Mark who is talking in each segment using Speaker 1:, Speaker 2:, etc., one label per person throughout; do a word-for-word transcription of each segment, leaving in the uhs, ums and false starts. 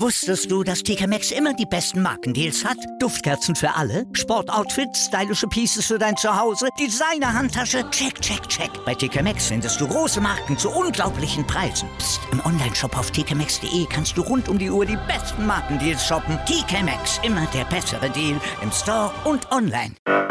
Speaker 1: Wusstest du, dass T K Maxx immer die besten Markendeals hat? Duftkerzen für alle, Sportoutfits, stylische Pieces für dein Zuhause, Designer-Handtasche, check, check, check. Bei T K Maxx findest du große Marken zu unglaublichen Preisen. Psst. Im Onlineshop auf t k maxx punkt d e kannst du rund um die Uhr die besten Markendeals shoppen. T K Maxx, immer der bessere Deal im Store und online.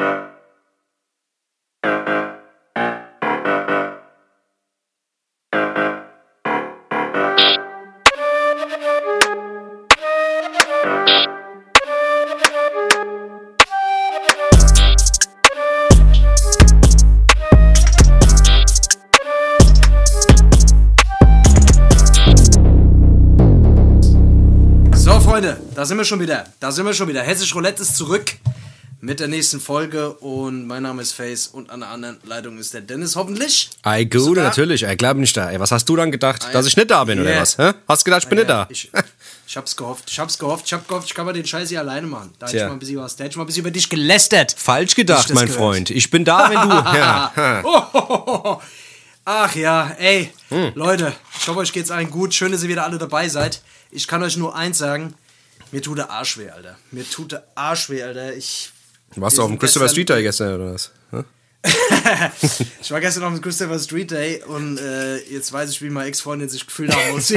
Speaker 2: Freunde, da sind wir schon wieder. Da sind wir schon wieder. Hessisch Roulette ist zurück mit der nächsten Folge und mein Name ist Face und an der anderen Leitung ist der Dennis hoffentlich.
Speaker 3: Ey, gut, natürlich. Ey, glaub nicht da. Ey, was hast du dann gedacht?
Speaker 2: Ah, ja.
Speaker 3: Dass ich nicht da bin, yeah. oder was? Hä? Hast du gedacht, ich bin
Speaker 2: ah,
Speaker 3: nicht
Speaker 2: ja.
Speaker 3: da?
Speaker 2: Ich, ich hab's gehofft. Ich hab's gehofft. Ich hab gehofft, ich kann mal den Scheiß hier alleine machen. Da hätte
Speaker 3: Tja.
Speaker 2: ich mal ein bisschen was. Da hätte ich mal ein bisschen über dich gelästert.
Speaker 3: Falsch gedacht, mein
Speaker 2: gehört.
Speaker 3: Freund. Ich bin da, wenn du... ja.
Speaker 2: oh, oh, oh, oh. Ach ja, ey.
Speaker 3: Hm.
Speaker 2: Leute, ich hoffe, euch geht's allen gut. Schön, dass ihr wieder alle dabei seid. Ich kann euch nur eins sagen. Mir tut der Arsch weh, Alter. Mir tut der Arsch weh, Alter. Ich...
Speaker 3: Warst du auf dem Christopher Street Day gestern, oder was? Hm?
Speaker 2: Ich war gestern auf dem Christopher Street Day und äh, jetzt weiß ich, wie meine Ex-Freundin sich gefühlt haben muss.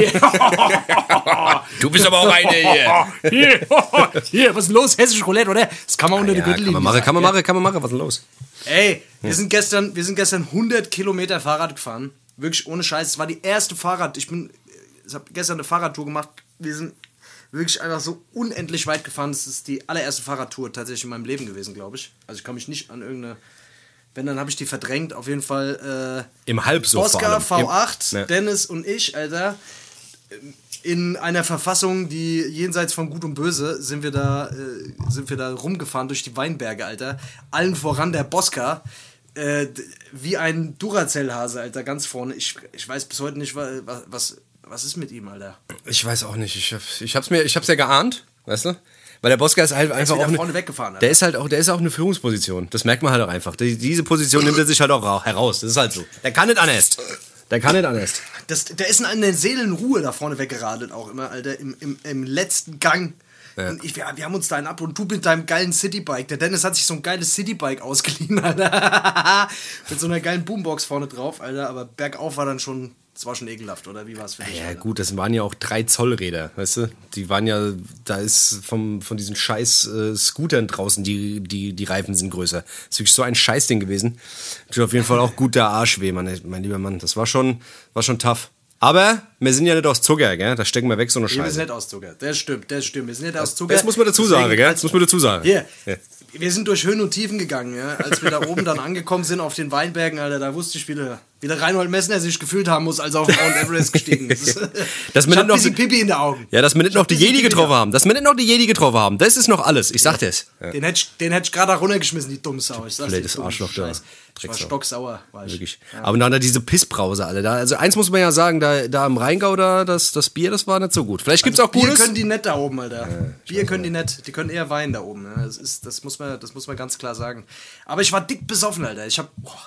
Speaker 3: Du bist aber auch eine hier.
Speaker 2: hier. Hier, was ist los? Hessisch Roulette, oder? Das kann man unter
Speaker 3: ja,
Speaker 2: die Gürtellinie
Speaker 3: kann man machen, kann man machen, kann man machen. Was ist denn los?
Speaker 2: Ey, wir sind gestern, wir sind gestern hundert Kilometer Fahrrad gefahren. Wirklich ohne Scheiß. Es war die erste Fahrrad... Ich bin... Ich habe gestern eine Fahrradtour gemacht. Wir sind... wirklich einfach so unendlich weit gefahren. Das ist die allererste Fahrradtour tatsächlich in meinem Leben gewesen, glaube ich. Also ich kann mich nicht an irgendeine... Wenn, dann habe ich die verdrängt. Auf jeden Fall... Äh,
Speaker 3: Im Halb so
Speaker 2: Oscar, V acht,
Speaker 3: Im, ne.
Speaker 2: Dennis und ich, Alter. In einer Verfassung, die jenseits von Gut und Böse, sind wir da, äh, sind wir da rumgefahren durch die Weinberge, Alter. Allen voran der Bosca. Äh, wie ein Duracell-Hase, Alter, ganz vorne. Ich, ich weiß bis heute nicht, was... was Was ist mit ihm, Alter?
Speaker 3: Ich weiß auch nicht. Ich, hab, ich hab's mir, ich hab's ja geahnt, weißt du? Weil der Bosca ist halt einfach
Speaker 2: ist
Speaker 3: auch eine,
Speaker 2: vorne weggefahren, Alter.
Speaker 3: Der ist halt auch, der ist auch eine Führungsposition. Das merkt man halt auch einfach. Die, diese Position nimmt er sich halt auch heraus. Das ist halt so. Der kann nicht anders. Der kann nicht anders.
Speaker 2: Das, der ist in einer Seelenruhe da vorne weggeradelt auch immer, Alter. Im, im, im letzten Gang. Ja. Und ich, wir, wir haben uns da einen ab und du mit deinem geilen Citybike. Der Dennis hat sich so ein geiles Citybike ausgeliehen, Alter. Mit so einer geilen Boombox vorne drauf, Alter. Aber bergauf war dann schon... Das war schon ekelhaft, oder? Wie war es für dich?
Speaker 3: Ja,
Speaker 2: Alter?
Speaker 3: Gut, das waren ja auch drei Zollräder, weißt du? Die waren ja, da ist vom, von diesen scheiß äh, Scootern draußen, die, die, die Reifen sind größer. Das ist wirklich so ein Scheißding gewesen. Tut auf jeden Fall auch gut der Arsch weh, mein, mein lieber Mann. Das war schon, war schon tough. Aber wir sind ja nicht aus Zucker, gell? Da stecken wir weg, so eine Scheiße.
Speaker 2: Wir sind nicht aus Zucker. Das stimmt, das stimmt. Wir sind nicht aus Zucker.
Speaker 3: Das muss man dazu sagen, gell? Das muss man dazu sagen.
Speaker 2: Hier. Ja. Wir sind durch Höhen und Tiefen gegangen, ja. Als wir da oben dann angekommen sind auf den Weinbergen, Alter, da wusste ich, wie der, wie der Reinhold Messner sich gefühlt haben muss, als er auf Mount Everest gestiegen ist.
Speaker 3: Dass wir
Speaker 2: ich
Speaker 3: nicht noch
Speaker 2: ein bisschen Pipi in den Augen.
Speaker 3: Ja, dass wir nicht noch die Jedi getroffen haben. Dass wir nicht noch die Jedi getroffen haben. Das ist noch alles. Ich sag das.
Speaker 2: Ja. Den hätte ich, den hätt ich gerade runtergeschmissen, die dumme Sau. Ich sag's dir,
Speaker 3: das Arschloch da.
Speaker 2: Ich war stocksauer. War ich.
Speaker 3: Wirklich.
Speaker 2: Ja.
Speaker 3: Aber dann da diese Pissbrause, alle. Da, also eins muss man ja sagen, da, da im Rheingau, da, das, das Bier, das war nicht so gut. Vielleicht gibt's
Speaker 2: also
Speaker 3: auch Gutes.
Speaker 2: Bier können die nicht da oben, Alter.
Speaker 3: Ja,
Speaker 2: Bier können die nicht. Die können eher Wein da oben. Ne? Das, ist, das, muss man, das muss man ganz klar sagen. Aber ich war dick besoffen, Alter. Ich hab... Boah.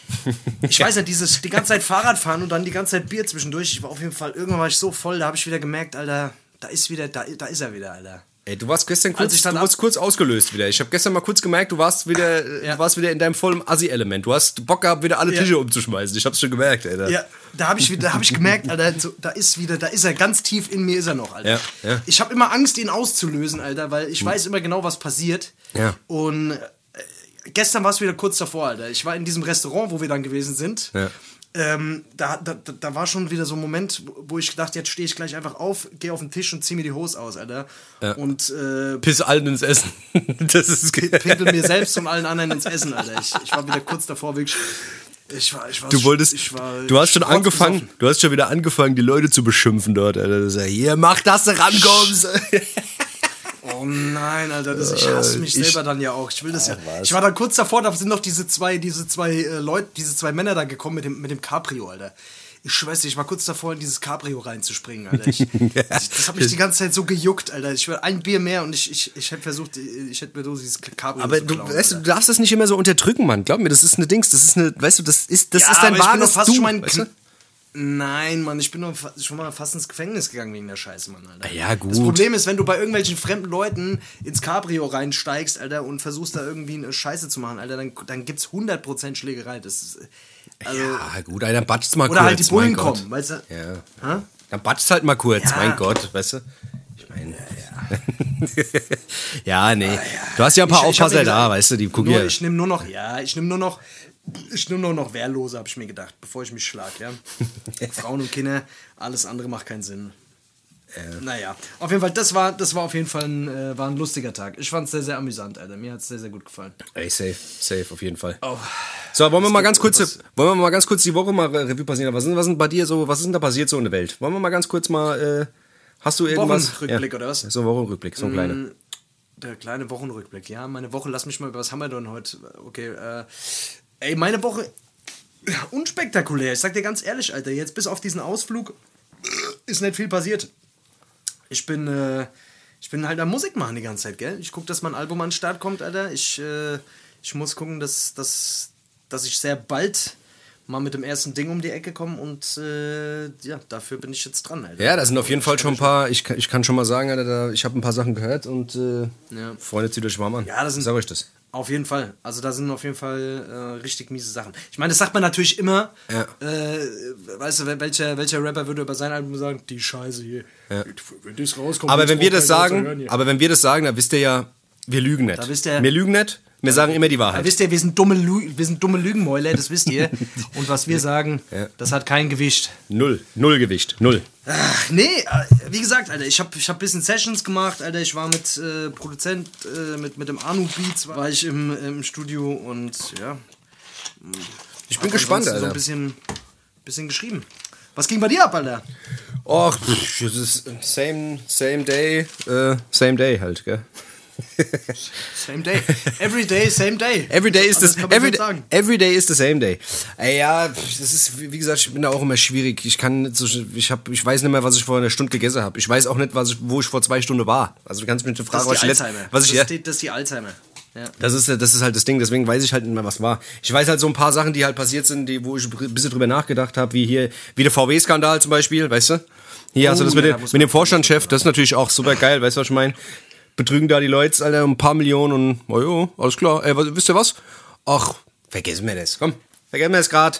Speaker 2: Ich weiß nicht, dieses die ganze Zeit Fahrrad fahren und dann die ganze Zeit Bier zwischendurch. Ich war auf jeden Fall, irgendwann war ich so voll, da habe ich wieder gemerkt, Alter, da ist wieder, da, da ist er wieder, Alter.
Speaker 3: Ey, du warst gestern kurz,
Speaker 2: ich dann
Speaker 3: du warst kurz ausgelöst wieder. Ich habe gestern mal kurz gemerkt, du warst wieder,
Speaker 2: ja.
Speaker 3: du warst wieder in deinem vollen Assi-Element. Du hast Bock gehabt, wieder alle Tische ja. umzuschmeißen. Ich hab's schon gemerkt, Alter.
Speaker 2: Ja, da habe ich wieder, da habe ich gemerkt, Alter, so, da ist wieder, da ist er ganz tief in mir, ist er noch, Alter.
Speaker 3: Ja, ja.
Speaker 2: Ich habe immer Angst, ihn auszulösen, Alter, weil ich hm. weiß immer genau, was passiert.
Speaker 3: Ja.
Speaker 2: Und äh, gestern war es wieder kurz davor, Alter. Ich war in diesem Restaurant, wo wir dann gewesen sind.
Speaker 3: Ja.
Speaker 2: Ähm, da, da, da war schon wieder so ein Moment, wo ich gedacht, jetzt stehe ich gleich einfach auf, gehe auf den Tisch und zieh mir die Hose aus, Alter.
Speaker 3: Ja.
Speaker 2: Und äh,
Speaker 3: piss allen ins Essen. Das ist
Speaker 2: pinkel mir selbst und allen anderen ins Essen, Alter. Ich, ich war wieder kurz davor, wirklich. Ich war, ich war,
Speaker 3: du wolltest,
Speaker 2: ich war,
Speaker 3: du hast schon angefangen,
Speaker 2: besoffen.
Speaker 3: du hast schon wieder angefangen, die Leute zu beschimpfen dort, Alter. Das ist ja, hier, mach, dass du rankommst.
Speaker 2: Oh nein, Alter, das, ich hasse mich
Speaker 3: ich,
Speaker 2: selber dann ja auch. Ich will das
Speaker 3: ah,
Speaker 2: ja.
Speaker 3: Was?
Speaker 2: Ich war dann kurz davor, da sind noch diese zwei, diese zwei äh, Leute, diese zwei Männer da gekommen mit dem, mit dem Cabrio, Alter. Ich schwör's dir, ich war kurz davor, in dieses Cabrio reinzuspringen, Alter. Ich, ja. Das, das hat mich die ganze Zeit so gejuckt, Alter. Ich will ein Bier mehr und ich, ich, ich hätte versucht, ich hätte mir so dieses Cabrio
Speaker 3: aber
Speaker 2: zu
Speaker 3: du,
Speaker 2: klauen,
Speaker 3: weißt du,
Speaker 2: Alter.
Speaker 3: du darfst das nicht immer so unterdrücken, Mann. Glaub mir, das ist eine Dings, das ist eine, weißt du, das ist, das
Speaker 2: Ja,
Speaker 3: ist dein
Speaker 2: aber ich bin
Speaker 3: wahres
Speaker 2: doch fast
Speaker 3: Du.
Speaker 2: schon mein
Speaker 3: Weißt du?
Speaker 2: Nein, Mann, ich bin noch fa- schon mal fast ins Gefängnis gegangen wegen der Scheiße, Mann, Alter.
Speaker 3: Ja, gut.
Speaker 2: Das Problem ist, wenn du bei irgendwelchen fremden Leuten ins Cabrio reinsteigst, Alter, und versuchst da irgendwie eine Scheiße zu machen, Alter, dann, dann gibt's hundert Prozent Schlägerei. Das ist, also,
Speaker 3: ja, gut, Alter, dann batscht's mal
Speaker 2: oder
Speaker 3: kurz.
Speaker 2: halt die Bullen
Speaker 3: mein Gott.
Speaker 2: kommen, weißt du?
Speaker 3: Ja.
Speaker 2: Ha?
Speaker 3: Dann batscht's halt mal kurz,
Speaker 2: Ja.
Speaker 3: mein Gott, weißt du? Ich meine, ja, ja. ja, nee. Du hast ja ein paar
Speaker 2: Ich- ich hab
Speaker 3: Aufpasser
Speaker 2: mir
Speaker 3: da,
Speaker 2: gesagt,
Speaker 3: weißt du, die gucken
Speaker 2: Nur,
Speaker 3: ja.
Speaker 2: ich nehme nur noch, ja, ich nehme nur noch, ich nehme nur noch Wehrlose, habe ich mir gedacht, bevor ich mich schlag, ja. Frauen und Kinder, alles andere macht keinen Sinn. Naja, auf jeden Fall, das war, das war auf jeden Fall ein, äh, war ein lustiger Tag. Ich fand es sehr, sehr amüsant, Alter. Mir hat es sehr, sehr gut gefallen.
Speaker 3: Ey, safe, safe, auf jeden Fall.
Speaker 2: Oh.
Speaker 3: So, wollen wir mal ganz
Speaker 2: gibt
Speaker 3: kurz, wollen wir mal ganz kurz die Woche mal Revue passieren. Was ist, was ist denn bei dir so, was ist denn da passiert so in der Welt? Wollen wir mal ganz kurz mal, äh, hast du irgendwas?
Speaker 2: Wochenrückblick
Speaker 3: ja.
Speaker 2: oder was?
Speaker 3: So ein Wochenrückblick, so ein kleiner.
Speaker 2: Der kleine Wochenrückblick, ja, meine Woche, lass mich mal, was haben wir denn heute? Okay, äh, ey, meine Woche, unspektakulär, ich sag dir ganz ehrlich, Alter, jetzt bis auf diesen Ausflug ist nicht viel passiert. Ich bin, äh, ich bin halt am Musik machen die ganze Zeit, gell? Ich guck, dass mein Album an den Start kommt, Alter. Ich, äh, ich muss gucken, dass, dass, dass ich sehr bald mal mit dem ersten Ding um die Ecke komme und äh, ja, dafür bin ich jetzt dran, Alter.
Speaker 3: Ja, da sind auf jeden Fall schon ein paar, ich kann, ich kann schon mal sagen, Alter, da, ich habe ein paar Sachen gehört und äh,
Speaker 2: Ja.
Speaker 3: Freunde, zieht euch warm an.
Speaker 2: Ja, das sind-
Speaker 3: Sag euch das.
Speaker 2: Auf jeden Fall. Also da sind auf jeden Fall äh, richtig miese Sachen. Ich meine, das sagt man natürlich immer.
Speaker 3: Ja.
Speaker 2: Äh, weißt du, welcher, welcher Rapper würde über sein Album sagen, die Scheiße hier.
Speaker 3: Ja.
Speaker 2: Wenn das rauskommt,
Speaker 3: Aber
Speaker 2: wird's
Speaker 3: wenn wir
Speaker 2: auch
Speaker 3: das
Speaker 2: keiner zu hören
Speaker 3: sagen,
Speaker 2: hier.
Speaker 3: aber wenn wir das sagen, dann wisst ihr ja, wir lügen nicht.
Speaker 2: Da wisst ihr-
Speaker 3: wir lügen nicht, wir sagen immer die
Speaker 2: Aber
Speaker 3: Wahrheit.
Speaker 2: wisst ihr, wir sind dumme, Lü wir sind dumme Lügenmäuler, das wisst ihr. Und was wir sagen,
Speaker 3: Ja.
Speaker 2: das hat kein Gewicht.
Speaker 3: Null, null Gewicht, null.
Speaker 2: Ach, nee, äh, wie gesagt, Alter, ich habe ich hab ein bisschen Sessions gemacht, Alter, ich war mit äh, Produzent, äh, mit, mit dem Anu Beats, war ich im, im Studio und ja.
Speaker 3: Ich bin
Speaker 2: hab
Speaker 3: gespannt,
Speaker 2: ansonsten
Speaker 3: Alter.
Speaker 2: So ein bisschen, bisschen geschrieben. Was ging bei dir ab, Alter?
Speaker 3: Och, pff, das ist same, same day, äh, same day halt, gell?
Speaker 2: Same day. Every day, same day.
Speaker 3: Every day is
Speaker 2: Anders
Speaker 3: the
Speaker 2: kann man
Speaker 3: every,
Speaker 2: nicht sagen.
Speaker 3: every day is the same day. Ey, ja, das ist wie wie gesagt, ich bin da auch immer schwierig. Ich kann nicht so, ich habe, ich weiß nicht mehr, was ich vor einer Stunde gegessen habe. Ich weiß auch nicht, was ich, wo ich vor zwei Stunden war. Also du kannst mich nicht fragen,
Speaker 2: Das
Speaker 3: was
Speaker 2: ist
Speaker 3: ich
Speaker 2: die
Speaker 3: letzt,
Speaker 2: Alzheimer.
Speaker 3: was ich
Speaker 2: das,
Speaker 3: ja,
Speaker 2: ist die, das ist die Alzheimer. Ja.
Speaker 3: das ist das ist halt das Ding. Deswegen weiß ich halt nicht mehr, was war. Ich weiß halt so ein paar Sachen, die halt passiert sind, die wo ich ein bisschen drüber nachgedacht habe, wie hier, wie der V W-Skandal zum Beispiel, weißt du? Hier hast du
Speaker 2: Oh,
Speaker 3: das mit,
Speaker 2: ja,
Speaker 3: dem,
Speaker 2: da muss
Speaker 3: mit
Speaker 2: man-
Speaker 3: dem Vorstandschef. Das ist natürlich auch super geil, weißt du, was ich meine? Betrügen da die Leute, Alter, um ein paar Millionen und, oh jo, alles klar. Ey, was, wisst ihr was? Ach, vergessen wir das. Komm, vergessen wir das gerade.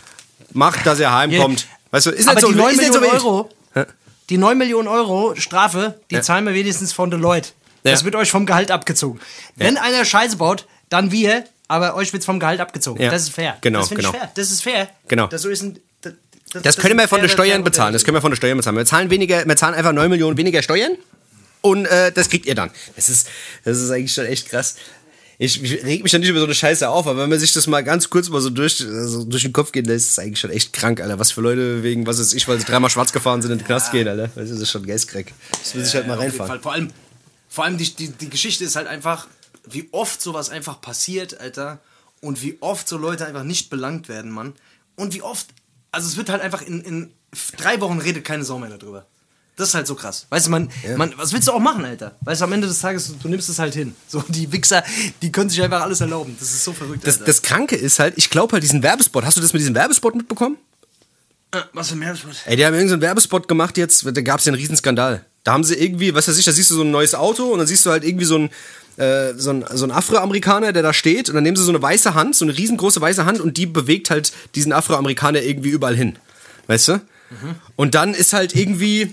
Speaker 3: Macht, dass er heimkommt. Weißt du, ist
Speaker 2: Aber
Speaker 3: nicht so,
Speaker 2: die neun
Speaker 3: ist nicht so
Speaker 2: Millionen
Speaker 3: wild.
Speaker 2: Euro, die neun Millionen Euro Strafe, die
Speaker 3: Ja.
Speaker 2: zahlen wir wenigstens von Deloitte. Das
Speaker 3: Ja.
Speaker 2: wird euch vom Gehalt abgezogen. Wenn einer Scheiße baut, dann wir, aber euch wird's vom Gehalt abgezogen.
Speaker 3: Ja.
Speaker 2: Das ist fair.
Speaker 3: Genau,
Speaker 2: das finde
Speaker 3: genau.
Speaker 2: ich fair. Das ist fair.
Speaker 3: Genau.
Speaker 2: Das so ist ein, das, das,
Speaker 3: Das können wir von den
Speaker 2: faire-
Speaker 3: Steuern
Speaker 2: faire
Speaker 3: bezahlen. Das können wir von den Steuern bezahlen. Wir zahlen weniger, wir zahlen einfach neun Millionen weniger Steuern und äh, das kriegt ihr dann. Das ist, das ist eigentlich schon echt krass. Ich, ich reg mich ja nicht über so eine Scheiße auf, aber wenn man sich das mal ganz kurz mal so durch, so durch den Kopf geht lässt, ist es eigentlich schon echt krank, Alter. Was für Leute wegen, was ist ich, weil sie dreimal schwarz gefahren sind, in den Knast gehen, Alter. Das ist schon geistkrank. Das muss ich halt mal
Speaker 2: Auf jeden
Speaker 3: reinfahren.
Speaker 2: Fall. Vor allem, vor allem die, die, die Geschichte ist halt einfach, wie oft sowas einfach passiert, Alter. Und wie oft so Leute einfach nicht belangt werden, Mann. Und wie oft, also es wird halt einfach in, in drei Wochen redet keine Sau mehr darüber. Das ist halt so krass. Weißt du, man,
Speaker 3: Ja.
Speaker 2: man, was willst du auch machen, Alter? Weißt du, am Ende des Tages, du, du nimmst es halt hin. So, die Wichser, die können sich einfach alles erlauben. Das ist so verrückt,
Speaker 3: Das,
Speaker 2: Alter.
Speaker 3: das Kranke ist halt, ich glaube halt diesen Werbespot. Hast du das mit diesem Werbespot mitbekommen?
Speaker 2: Äh, was für ein Mehrwert?
Speaker 3: Ey, die haben irgendeinen Werbespot gemacht jetzt, da gab es ja einen Riesenskandal. Da haben sie irgendwie, was weiß ich, da siehst du so ein neues Auto und dann siehst du halt irgendwie so ein, äh, so ein, so ein Afroamerikaner, der da steht und dann nehmen sie so eine weiße Hand, so eine riesengroße weiße Hand und die bewegt halt diesen Afroamerikaner irgendwie überall hin. Weißt du? Mhm. Und dann ist halt irgendwie,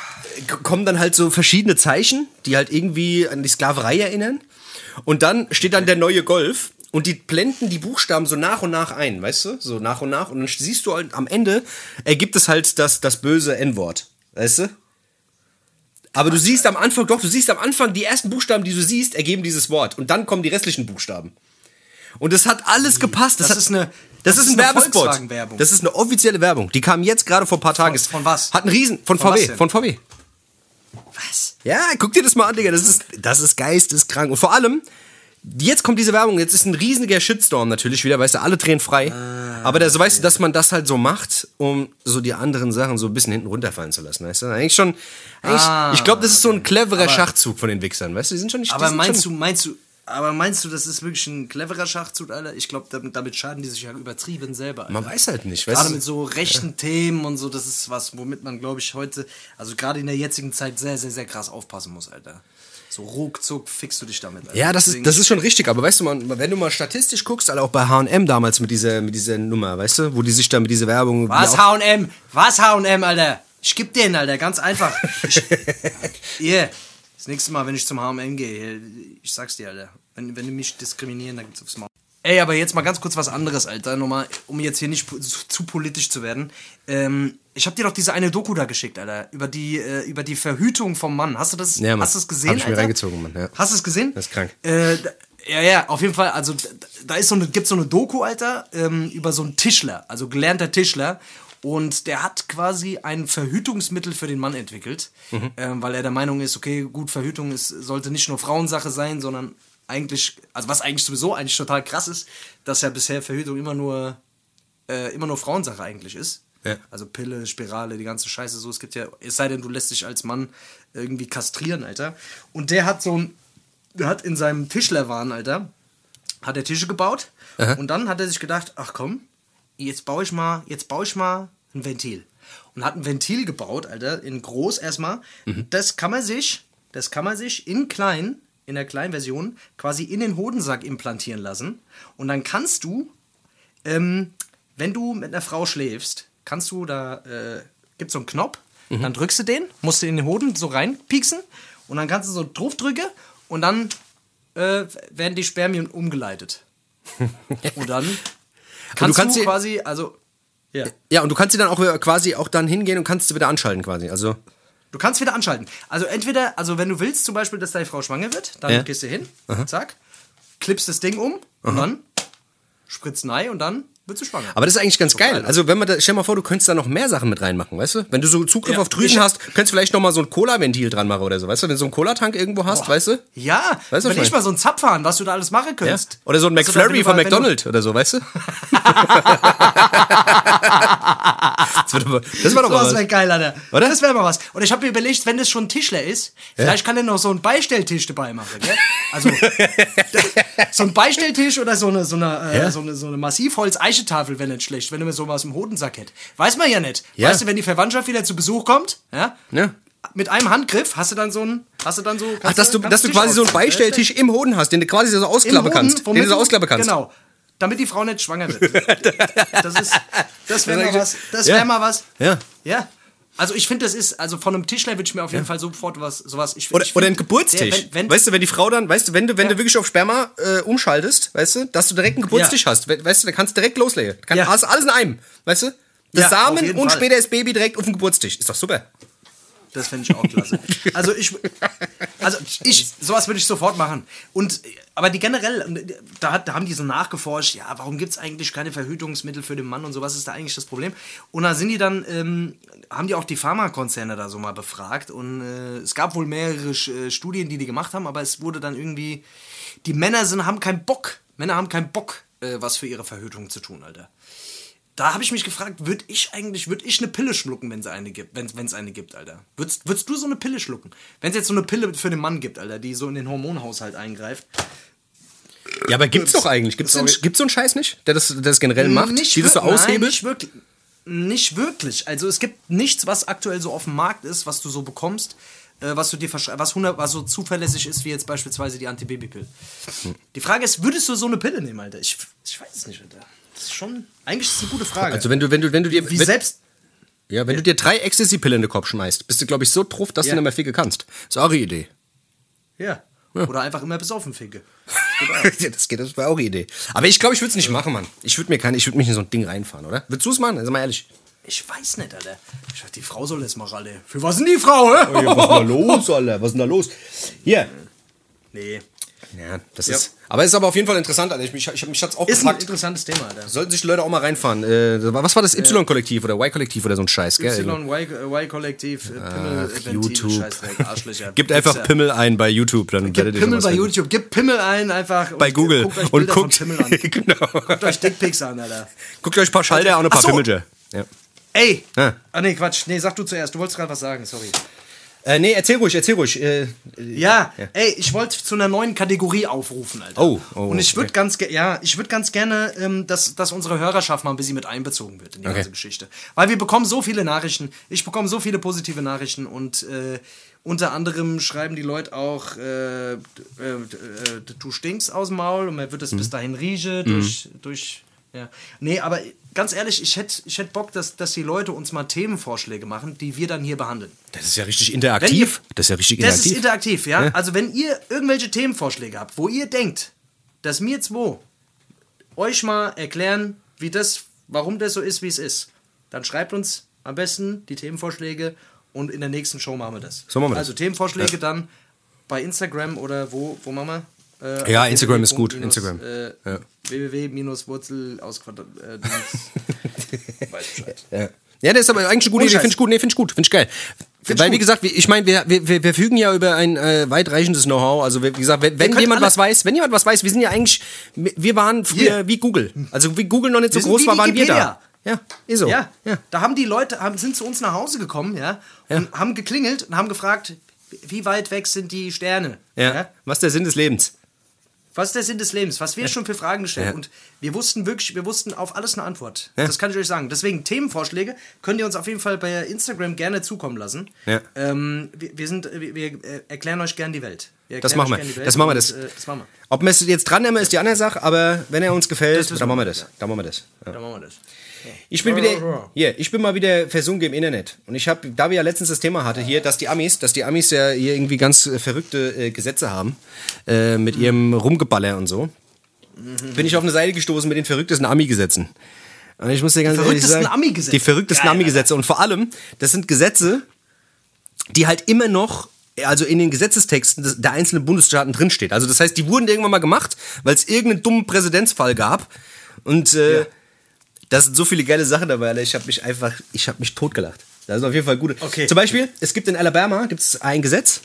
Speaker 3: kommen dann halt so verschiedene Zeichen, die halt irgendwie an die Sklaverei erinnern. Und dann steht dann der neue Golf und die blenden die Buchstaben so nach und nach ein, weißt du? So nach und nach. Und dann siehst du halt am Ende, ergibt es halt das, das böse N-Wort, weißt du? Aber du siehst am Anfang, doch, du siehst am Anfang, die ersten Buchstaben, die du siehst, ergeben dieses Wort. Und dann kommen die restlichen Buchstaben. Und es hat alles gepasst. Das,
Speaker 2: Das
Speaker 3: hat,
Speaker 2: ist eine-
Speaker 3: das,
Speaker 2: das
Speaker 3: ist
Speaker 2: ist
Speaker 3: ein
Speaker 2: eine
Speaker 3: Werbespot.
Speaker 2: Volkswagen-Werbung.
Speaker 3: Das ist eine offizielle Werbung. Die kam jetzt gerade vor ein paar Tagen.
Speaker 2: Von- von was?
Speaker 3: Hat einen Riesen, von,
Speaker 2: Von
Speaker 3: V
Speaker 2: was
Speaker 3: W,
Speaker 2: denn?
Speaker 3: von V W.
Speaker 2: Was?
Speaker 3: Ja, guck dir das mal an, Digga. Das ist, das ist geisteskrank. Und vor allem, jetzt kommt diese Werbung. Jetzt ist ein riesiger Shitstorm natürlich wieder, weißt du, alle drehen frei.
Speaker 2: Ah,
Speaker 3: Aber das, weißt du, dass man das halt so macht, um so die anderen Sachen so ein bisschen hinten runterfallen zu lassen, weißt du? Eigentlich schon, eigentlich,
Speaker 2: Ah,
Speaker 3: ich glaube, das ist so ein cleverer
Speaker 2: aber-
Speaker 3: Schachzug von den Wichsern, weißt du? Die sind schon nicht
Speaker 2: Aber
Speaker 3: die sind
Speaker 2: meinst du,
Speaker 3: schon,
Speaker 2: meinst du, Aber meinst du, das ist wirklich ein cleverer Schachzug, Alter? Ich glaube, damit, damit schaden die sich ja übertrieben selber, Alter.
Speaker 3: Man weiß halt nicht, weißt
Speaker 2: Gerade
Speaker 3: du?
Speaker 2: mit so rechten ja. Themen und so, das ist was, womit man, glaube ich, heute, also gerade in der jetzigen Zeit sehr, sehr, sehr krass aufpassen muss, Alter. So ruckzuck fixst du dich damit, Alter.
Speaker 3: Ja, das ist, das ist schon richtig, aber weißt du, man, wenn du mal statistisch guckst, Alter, auch bei H und M damals mit dieser, mit dieser Nummer, weißt du, wo die sich da mit dieser Werbung...
Speaker 2: Was H und M? Was H und M, Alter? Ich geb den, Alter, ganz einfach. Ich, yeah. Das nächste Mal, wenn ich zum H und M gehe, ich sag's dir, Alter, wenn, wenn die mich diskriminieren, dann gibt's aufs Maul. Ey, aber jetzt mal ganz kurz was anderes, Alter, nochmal, um jetzt hier nicht zu, zu politisch zu werden. Ähm, ich hab dir doch diese eine Doku da geschickt, Alter, über die, äh, über die Verhütung vom Mann. Hast du das,
Speaker 3: ja, Mann.
Speaker 2: hast du es gesehen,
Speaker 3: Hab ich mir
Speaker 2: Alter?
Speaker 3: reingezogen, Mann, ja.
Speaker 2: Hast du es gesehen?
Speaker 3: Das ist krank.
Speaker 2: Äh, ja, ja, auf jeden Fall, also da, da ist so eine, gibt's so eine Doku, Alter, ähm, über so einen Tischler, also gelernter Tischler. Und der hat quasi ein Verhütungsmittel für den Mann entwickelt, mhm. ähm, weil er der Meinung ist, okay, gut, Verhütung ist, sollte nicht nur Frauensache sein, sondern eigentlich, also was eigentlich sowieso eigentlich total krass ist, dass ja bisher Verhütung immer nur, äh, immer nur Frauensache eigentlich ist. Ja. Also Pille, Spirale, die ganze Scheiße so. Es gibt ja, es sei denn, du lässt dich als Mann irgendwie kastrieren, Alter. Und der hat so ein, der hat in seinem Tischlerwahn, Alter, hat er Tische gebaut. Aha. Und dann hat er sich gedacht, ach komm, jetzt baue ich mal, jetzt baue ich mal ein Ventil. Und hat ein Ventil gebaut, Alter, in groß erstmal. Mhm. Das kann man sich, das kann man sich in klein, in der kleinen Version, quasi in den Hodensack implantieren lassen. Und dann kannst du, ähm, wenn du mit einer Frau schläfst, kannst du, da äh, gibt's so einen Knopf, mhm. dann drückst du den, musst du in den Hoden so reinpieksen und dann kannst du so drauf drücken und dann äh, werden die Spermien umgeleitet. Und dann kannst, du, kannst du quasi, also ja.
Speaker 3: Ja, und du kannst sie dann auch quasi auch dann hingehen und kannst sie wieder anschalten quasi, also...
Speaker 2: Du kannst wieder anschalten. Also entweder, also wenn du willst zum Beispiel, dass deine Frau schwanger wird, dann ja. gehst du hin, aha. zack, klippst das Ding um und aha. dann spritzt Nei und dann wird sie schwanger.
Speaker 3: Aber das ist eigentlich ganz so geil. geil. Also wenn man da, stell dir mal vor, du könntest da noch mehr Sachen mit reinmachen, weißt du? Wenn du so Zugriff ja, auf Drüsen hast, könntest du vielleicht noch mal so ein Cola-Ventil dran machen oder so, weißt du? Wenn du so einen Cola-Tank irgendwo hast, Boah. weißt du?
Speaker 2: Ja, weißt du, wenn ich mal so einen Zapfhahn, was du da alles machen könntest.
Speaker 3: Ja. Oder so ein also McFlurry von McDonald's oder so, weißt du? das, wird aber, das war doch
Speaker 2: so
Speaker 3: mal was.
Speaker 2: Das wäre geil, Alter. Oder? Das wäre mal was. Und ich habe mir überlegt, wenn das schon ein Tischler ist, ja. vielleicht kann er noch so einen Beistelltisch dabei machen, gell? Also so ein Beistelltisch oder so eine, so eine, äh, ja. so eine, so eine Massivholz-Eichentafel wäre nicht schlecht, wenn du mir sowas im Hodensack hättest. Weiß man ja nicht. Ja. Weißt du, wenn die Verwandtschaft wieder zu Besuch kommt, ja? ja. Mit einem Handgriff hast du dann so ein, hast du dann so...
Speaker 3: Ach, dass du, dass du quasi so einen Beistelltisch im Hoden hast, den du quasi so ausklappen kannst. Den du so ausklappen kannst.
Speaker 2: Genau. Damit die Frau nicht schwanger wird. Das ist, das wäre mal was. Das wäre ja. mal was.
Speaker 3: Ja.
Speaker 2: Ja. Also ich finde, das ist, also von einem Tischler würde ich mir auf jeden ja. Fall sofort was, sowas. Ich,
Speaker 3: oder,
Speaker 2: ich
Speaker 3: oder ein Geburtstisch. Der, wenn, wenn, weißt du, wenn die Frau dann, weißt du, wenn du, wenn ja. du wirklich auf Sperma äh, umschaltest, weißt du, dass du direkt einen Geburtstisch ja. hast, weißt du, dann kannst du direkt loslegen. Kann, ja. Hast alles in einem, weißt du? Das ja, Samen und Fall. Später das Baby direkt auf dem Geburtstisch. Ist doch super.
Speaker 2: Das fände ich auch klasse. Also ich, also ich, sowas würde ich sofort machen. Und, aber die generell, da, da haben die so nachgeforscht, ja, warum gibt es eigentlich keine Verhütungsmittel für den Mann und so, was ist da eigentlich das Problem? Und da sind die dann, ähm, haben die auch die Pharmakonzerne da so mal befragt und äh, es gab wohl mehrere äh, Studien, die die gemacht haben, aber es wurde dann irgendwie, die Männer sind, haben keinen Bock, Männer haben keinen Bock, äh, was für ihre Verhütung zu tun, Alter. Da habe ich mich gefragt, würde ich eigentlich, würde ich eine Pille schlucken, wenn es eine gibt, wenn es eine gibt, Alter? Würdest, würdest du so eine Pille schlucken? Wenn es jetzt so eine Pille für den Mann gibt, Alter, die so in den Hormonhaushalt eingreift.
Speaker 3: Ja, aber gibt's doch eigentlich. Gibt's, den, gibt's so einen Scheiß nicht, der das, der das generell macht?
Speaker 2: Nicht
Speaker 3: die das so aushebelt?
Speaker 2: Nein, nicht wirklich. Nicht wirklich. Also es gibt nichts, was aktuell so auf dem Markt ist, was du so bekommst, äh, was du dir verschreibst, was, was so zuverlässig ist, wie jetzt beispielsweise die Antibabypille. Hm. Die Frage ist, würdest du so eine Pille nehmen, Alter? Ich, ich weiß es nicht, Alter. Das ist schon, eigentlich ist es eine gute Frage.
Speaker 3: Also wenn du, wenn du, wenn du dir...
Speaker 2: Wie
Speaker 3: wenn,
Speaker 2: selbst...
Speaker 3: Ja, wenn ja. du dir drei Ecstasy-Pillen in den Kopf schmeißt, bist du, glaube ich, so truff, dass ja. du nicht mehr ficken kannst. Ist auch eine Idee.
Speaker 2: Ja. ja. Oder einfach immer besoffen ficke.
Speaker 3: Das geht, das, geht, das wäre auch eine Idee. Aber ich glaube, ich würde es nicht machen, Mann. Ich würde mir keine, ich würde mich in so ein Ding reinfahren, oder? Würdest du es machen? Sag mal ehrlich.
Speaker 2: Ich weiß nicht, Alter. Ich dachte, die Frau soll das machen, Alter. Für was ist denn die Frau, hä?
Speaker 3: Oh, ja, was ist denn da los, Alter? Was ist denn da los? Hier.
Speaker 2: Nee.
Speaker 3: Ja, das ja. ist. Aber es ist aber auf jeden Fall interessant, Alter. Ich, ich, ich, mich hat's auch
Speaker 2: ist gepackt. Ein interessantes Thema, Alter.
Speaker 3: Sollten sich die Leute auch mal reinfahren. Äh, was war das? Y-Kollektiv oder Y-Kollektiv oder so ein Scheiß, gell?
Speaker 2: Y-Kollektiv, Pimmel,
Speaker 3: YouTube.
Speaker 2: Arschlöcher.
Speaker 3: Gebt einfach ja. Pimmel ein bei YouTube. Dann
Speaker 2: Gib Pimmel bei finden. YouTube. Gib Pimmel ein einfach.
Speaker 3: Bei und Google.
Speaker 2: Guckt euch
Speaker 3: und guckt,
Speaker 2: von Pimmel an.
Speaker 3: Genau.
Speaker 2: Guckt euch Dickpics an, Alter.
Speaker 3: Guckt euch ein paar Schalter und ein paar so. Pimmelger. Ja.
Speaker 2: Ey! Ah, nee, Quatsch. Nee, sag du zuerst. Du wolltest gerade was sagen, sorry.
Speaker 3: Äh, nee, erzähl ruhig, erzähl ruhig. Äh,
Speaker 2: ja, ja, ey, ich wollte zu einer neuen Kategorie aufrufen, Alter.
Speaker 3: Oh, oh.
Speaker 2: Und ich würde
Speaker 3: okay.
Speaker 2: ganz, ge- ja, ich würd ganz gerne, ähm, dass, dass unsere Hörerschaft mal ein bisschen mit einbezogen wird in die
Speaker 3: Okay.
Speaker 2: ganze Geschichte. Weil wir bekommen so viele Nachrichten, ich bekomme so viele positive Nachrichten und äh, unter anderem schreiben die Leute auch, äh, äh, äh, du stinkst aus dem Maul und man wird es mhm. bis dahin riechen durch, mhm. durch, ja. Nee, aber ganz ehrlich, ich hätte ich hätt Bock, dass, dass die Leute uns mal Themenvorschläge machen, die wir dann hier behandeln.
Speaker 3: Das ist ja richtig interaktiv.
Speaker 2: Ihr,
Speaker 3: das ist ja richtig
Speaker 2: das
Speaker 3: interaktiv.
Speaker 2: ist interaktiv, ja?
Speaker 3: ja.
Speaker 2: Also wenn ihr irgendwelche Themenvorschläge habt, wo ihr denkt, dass wir zwei euch mal erklären, wie das, warum das so ist, wie es ist, dann schreibt uns am besten die Themenvorschläge und in der nächsten Show machen wir das.
Speaker 3: So machen wir das.
Speaker 2: Also Themenvorschläge
Speaker 3: ja.
Speaker 2: dann bei Instagram oder wo, wo machen wir? Äh,
Speaker 3: ja, Instagram ist gut.
Speaker 2: minus,
Speaker 3: Instagram.
Speaker 2: Äh,
Speaker 3: ja.
Speaker 2: www-wurzel aus Quadrat. Äh, weiß Bescheid.
Speaker 3: Ja. ja, das ist aber eigentlich eine gute Idee. Finde ich gut. Nee, finde ich gut. Finde ich geil. Find Weil, ich wie gesagt, ich meine, wir, wir, wir verfügen ja über ein äh, weitreichendes Know-how. Also, wie gesagt, wenn, wenn jemand was weiß, wenn jemand was weiß, wir sind ja eigentlich, wir waren früher yeah. wie Google. Also, wie Google noch nicht so
Speaker 2: wir
Speaker 3: groß war, waren wir da. Ja, ist so.
Speaker 2: Ja, ja. Da haben die Leute, haben, sind zu uns nach Hause gekommen, ja, und ja. haben geklingelt und haben gefragt, wie weit weg sind die Sterne?
Speaker 3: Ja. ja? Was ist der Sinn des Lebens?
Speaker 2: Was ist der Sinn des Lebens? Was wir
Speaker 3: ja.
Speaker 2: schon für Fragen gestellt.
Speaker 3: Ja.
Speaker 2: Und wir wussten wirklich, wir wussten auf alles eine Antwort.
Speaker 3: Ja.
Speaker 2: Das kann ich euch sagen. Deswegen Themenvorschläge könnt ihr uns auf jeden Fall bei Instagram gerne zukommen lassen.
Speaker 3: Ja.
Speaker 2: Ähm, wir, wir, sind, wir, wir erklären euch gern die Welt. Wir
Speaker 3: das machen wir. Das machen wir das.
Speaker 2: Und, äh, das machen wir.
Speaker 3: Ob wir es jetzt dran nehmen, ist die andere Sache, aber wenn er uns gefällt, dann machen wir das. Dann machen wir das. Ja.
Speaker 2: Dann machen wir das.
Speaker 3: Ich bin wieder, yeah, ich bin mal wieder versunken im Internet. Und ich habe, da wir ja letztens das Thema hatte hier, dass die Amis, dass die Amis ja hier irgendwie ganz äh, verrückte äh, Gesetze haben, äh, mit mhm. ihrem Rumgeballer und so, mhm. bin ich auf eine Seite gestoßen mit den verrücktesten Ami-Gesetzen. Und ich muss dir ganz ehrlich sagen,
Speaker 2: Ami-Gesetze.
Speaker 3: die verrücktesten Geil, Ami-Gesetze. Und vor allem, das sind Gesetze, die halt immer noch, also in den Gesetzestexten des, der einzelnen Bundesstaaten drinsteht. Also das heißt, die wurden irgendwann mal gemacht, weil es irgendeinen dummen Präzedenzfall gab. Und äh, ja. da sind so viele geile Sachen dabei, Alter. Ich habe mich einfach, ich habe mich totgelacht. Das ist auf jeden Fall gut.
Speaker 2: Okay.
Speaker 3: Zum Beispiel, es gibt in Alabama gibt's ein Gesetz.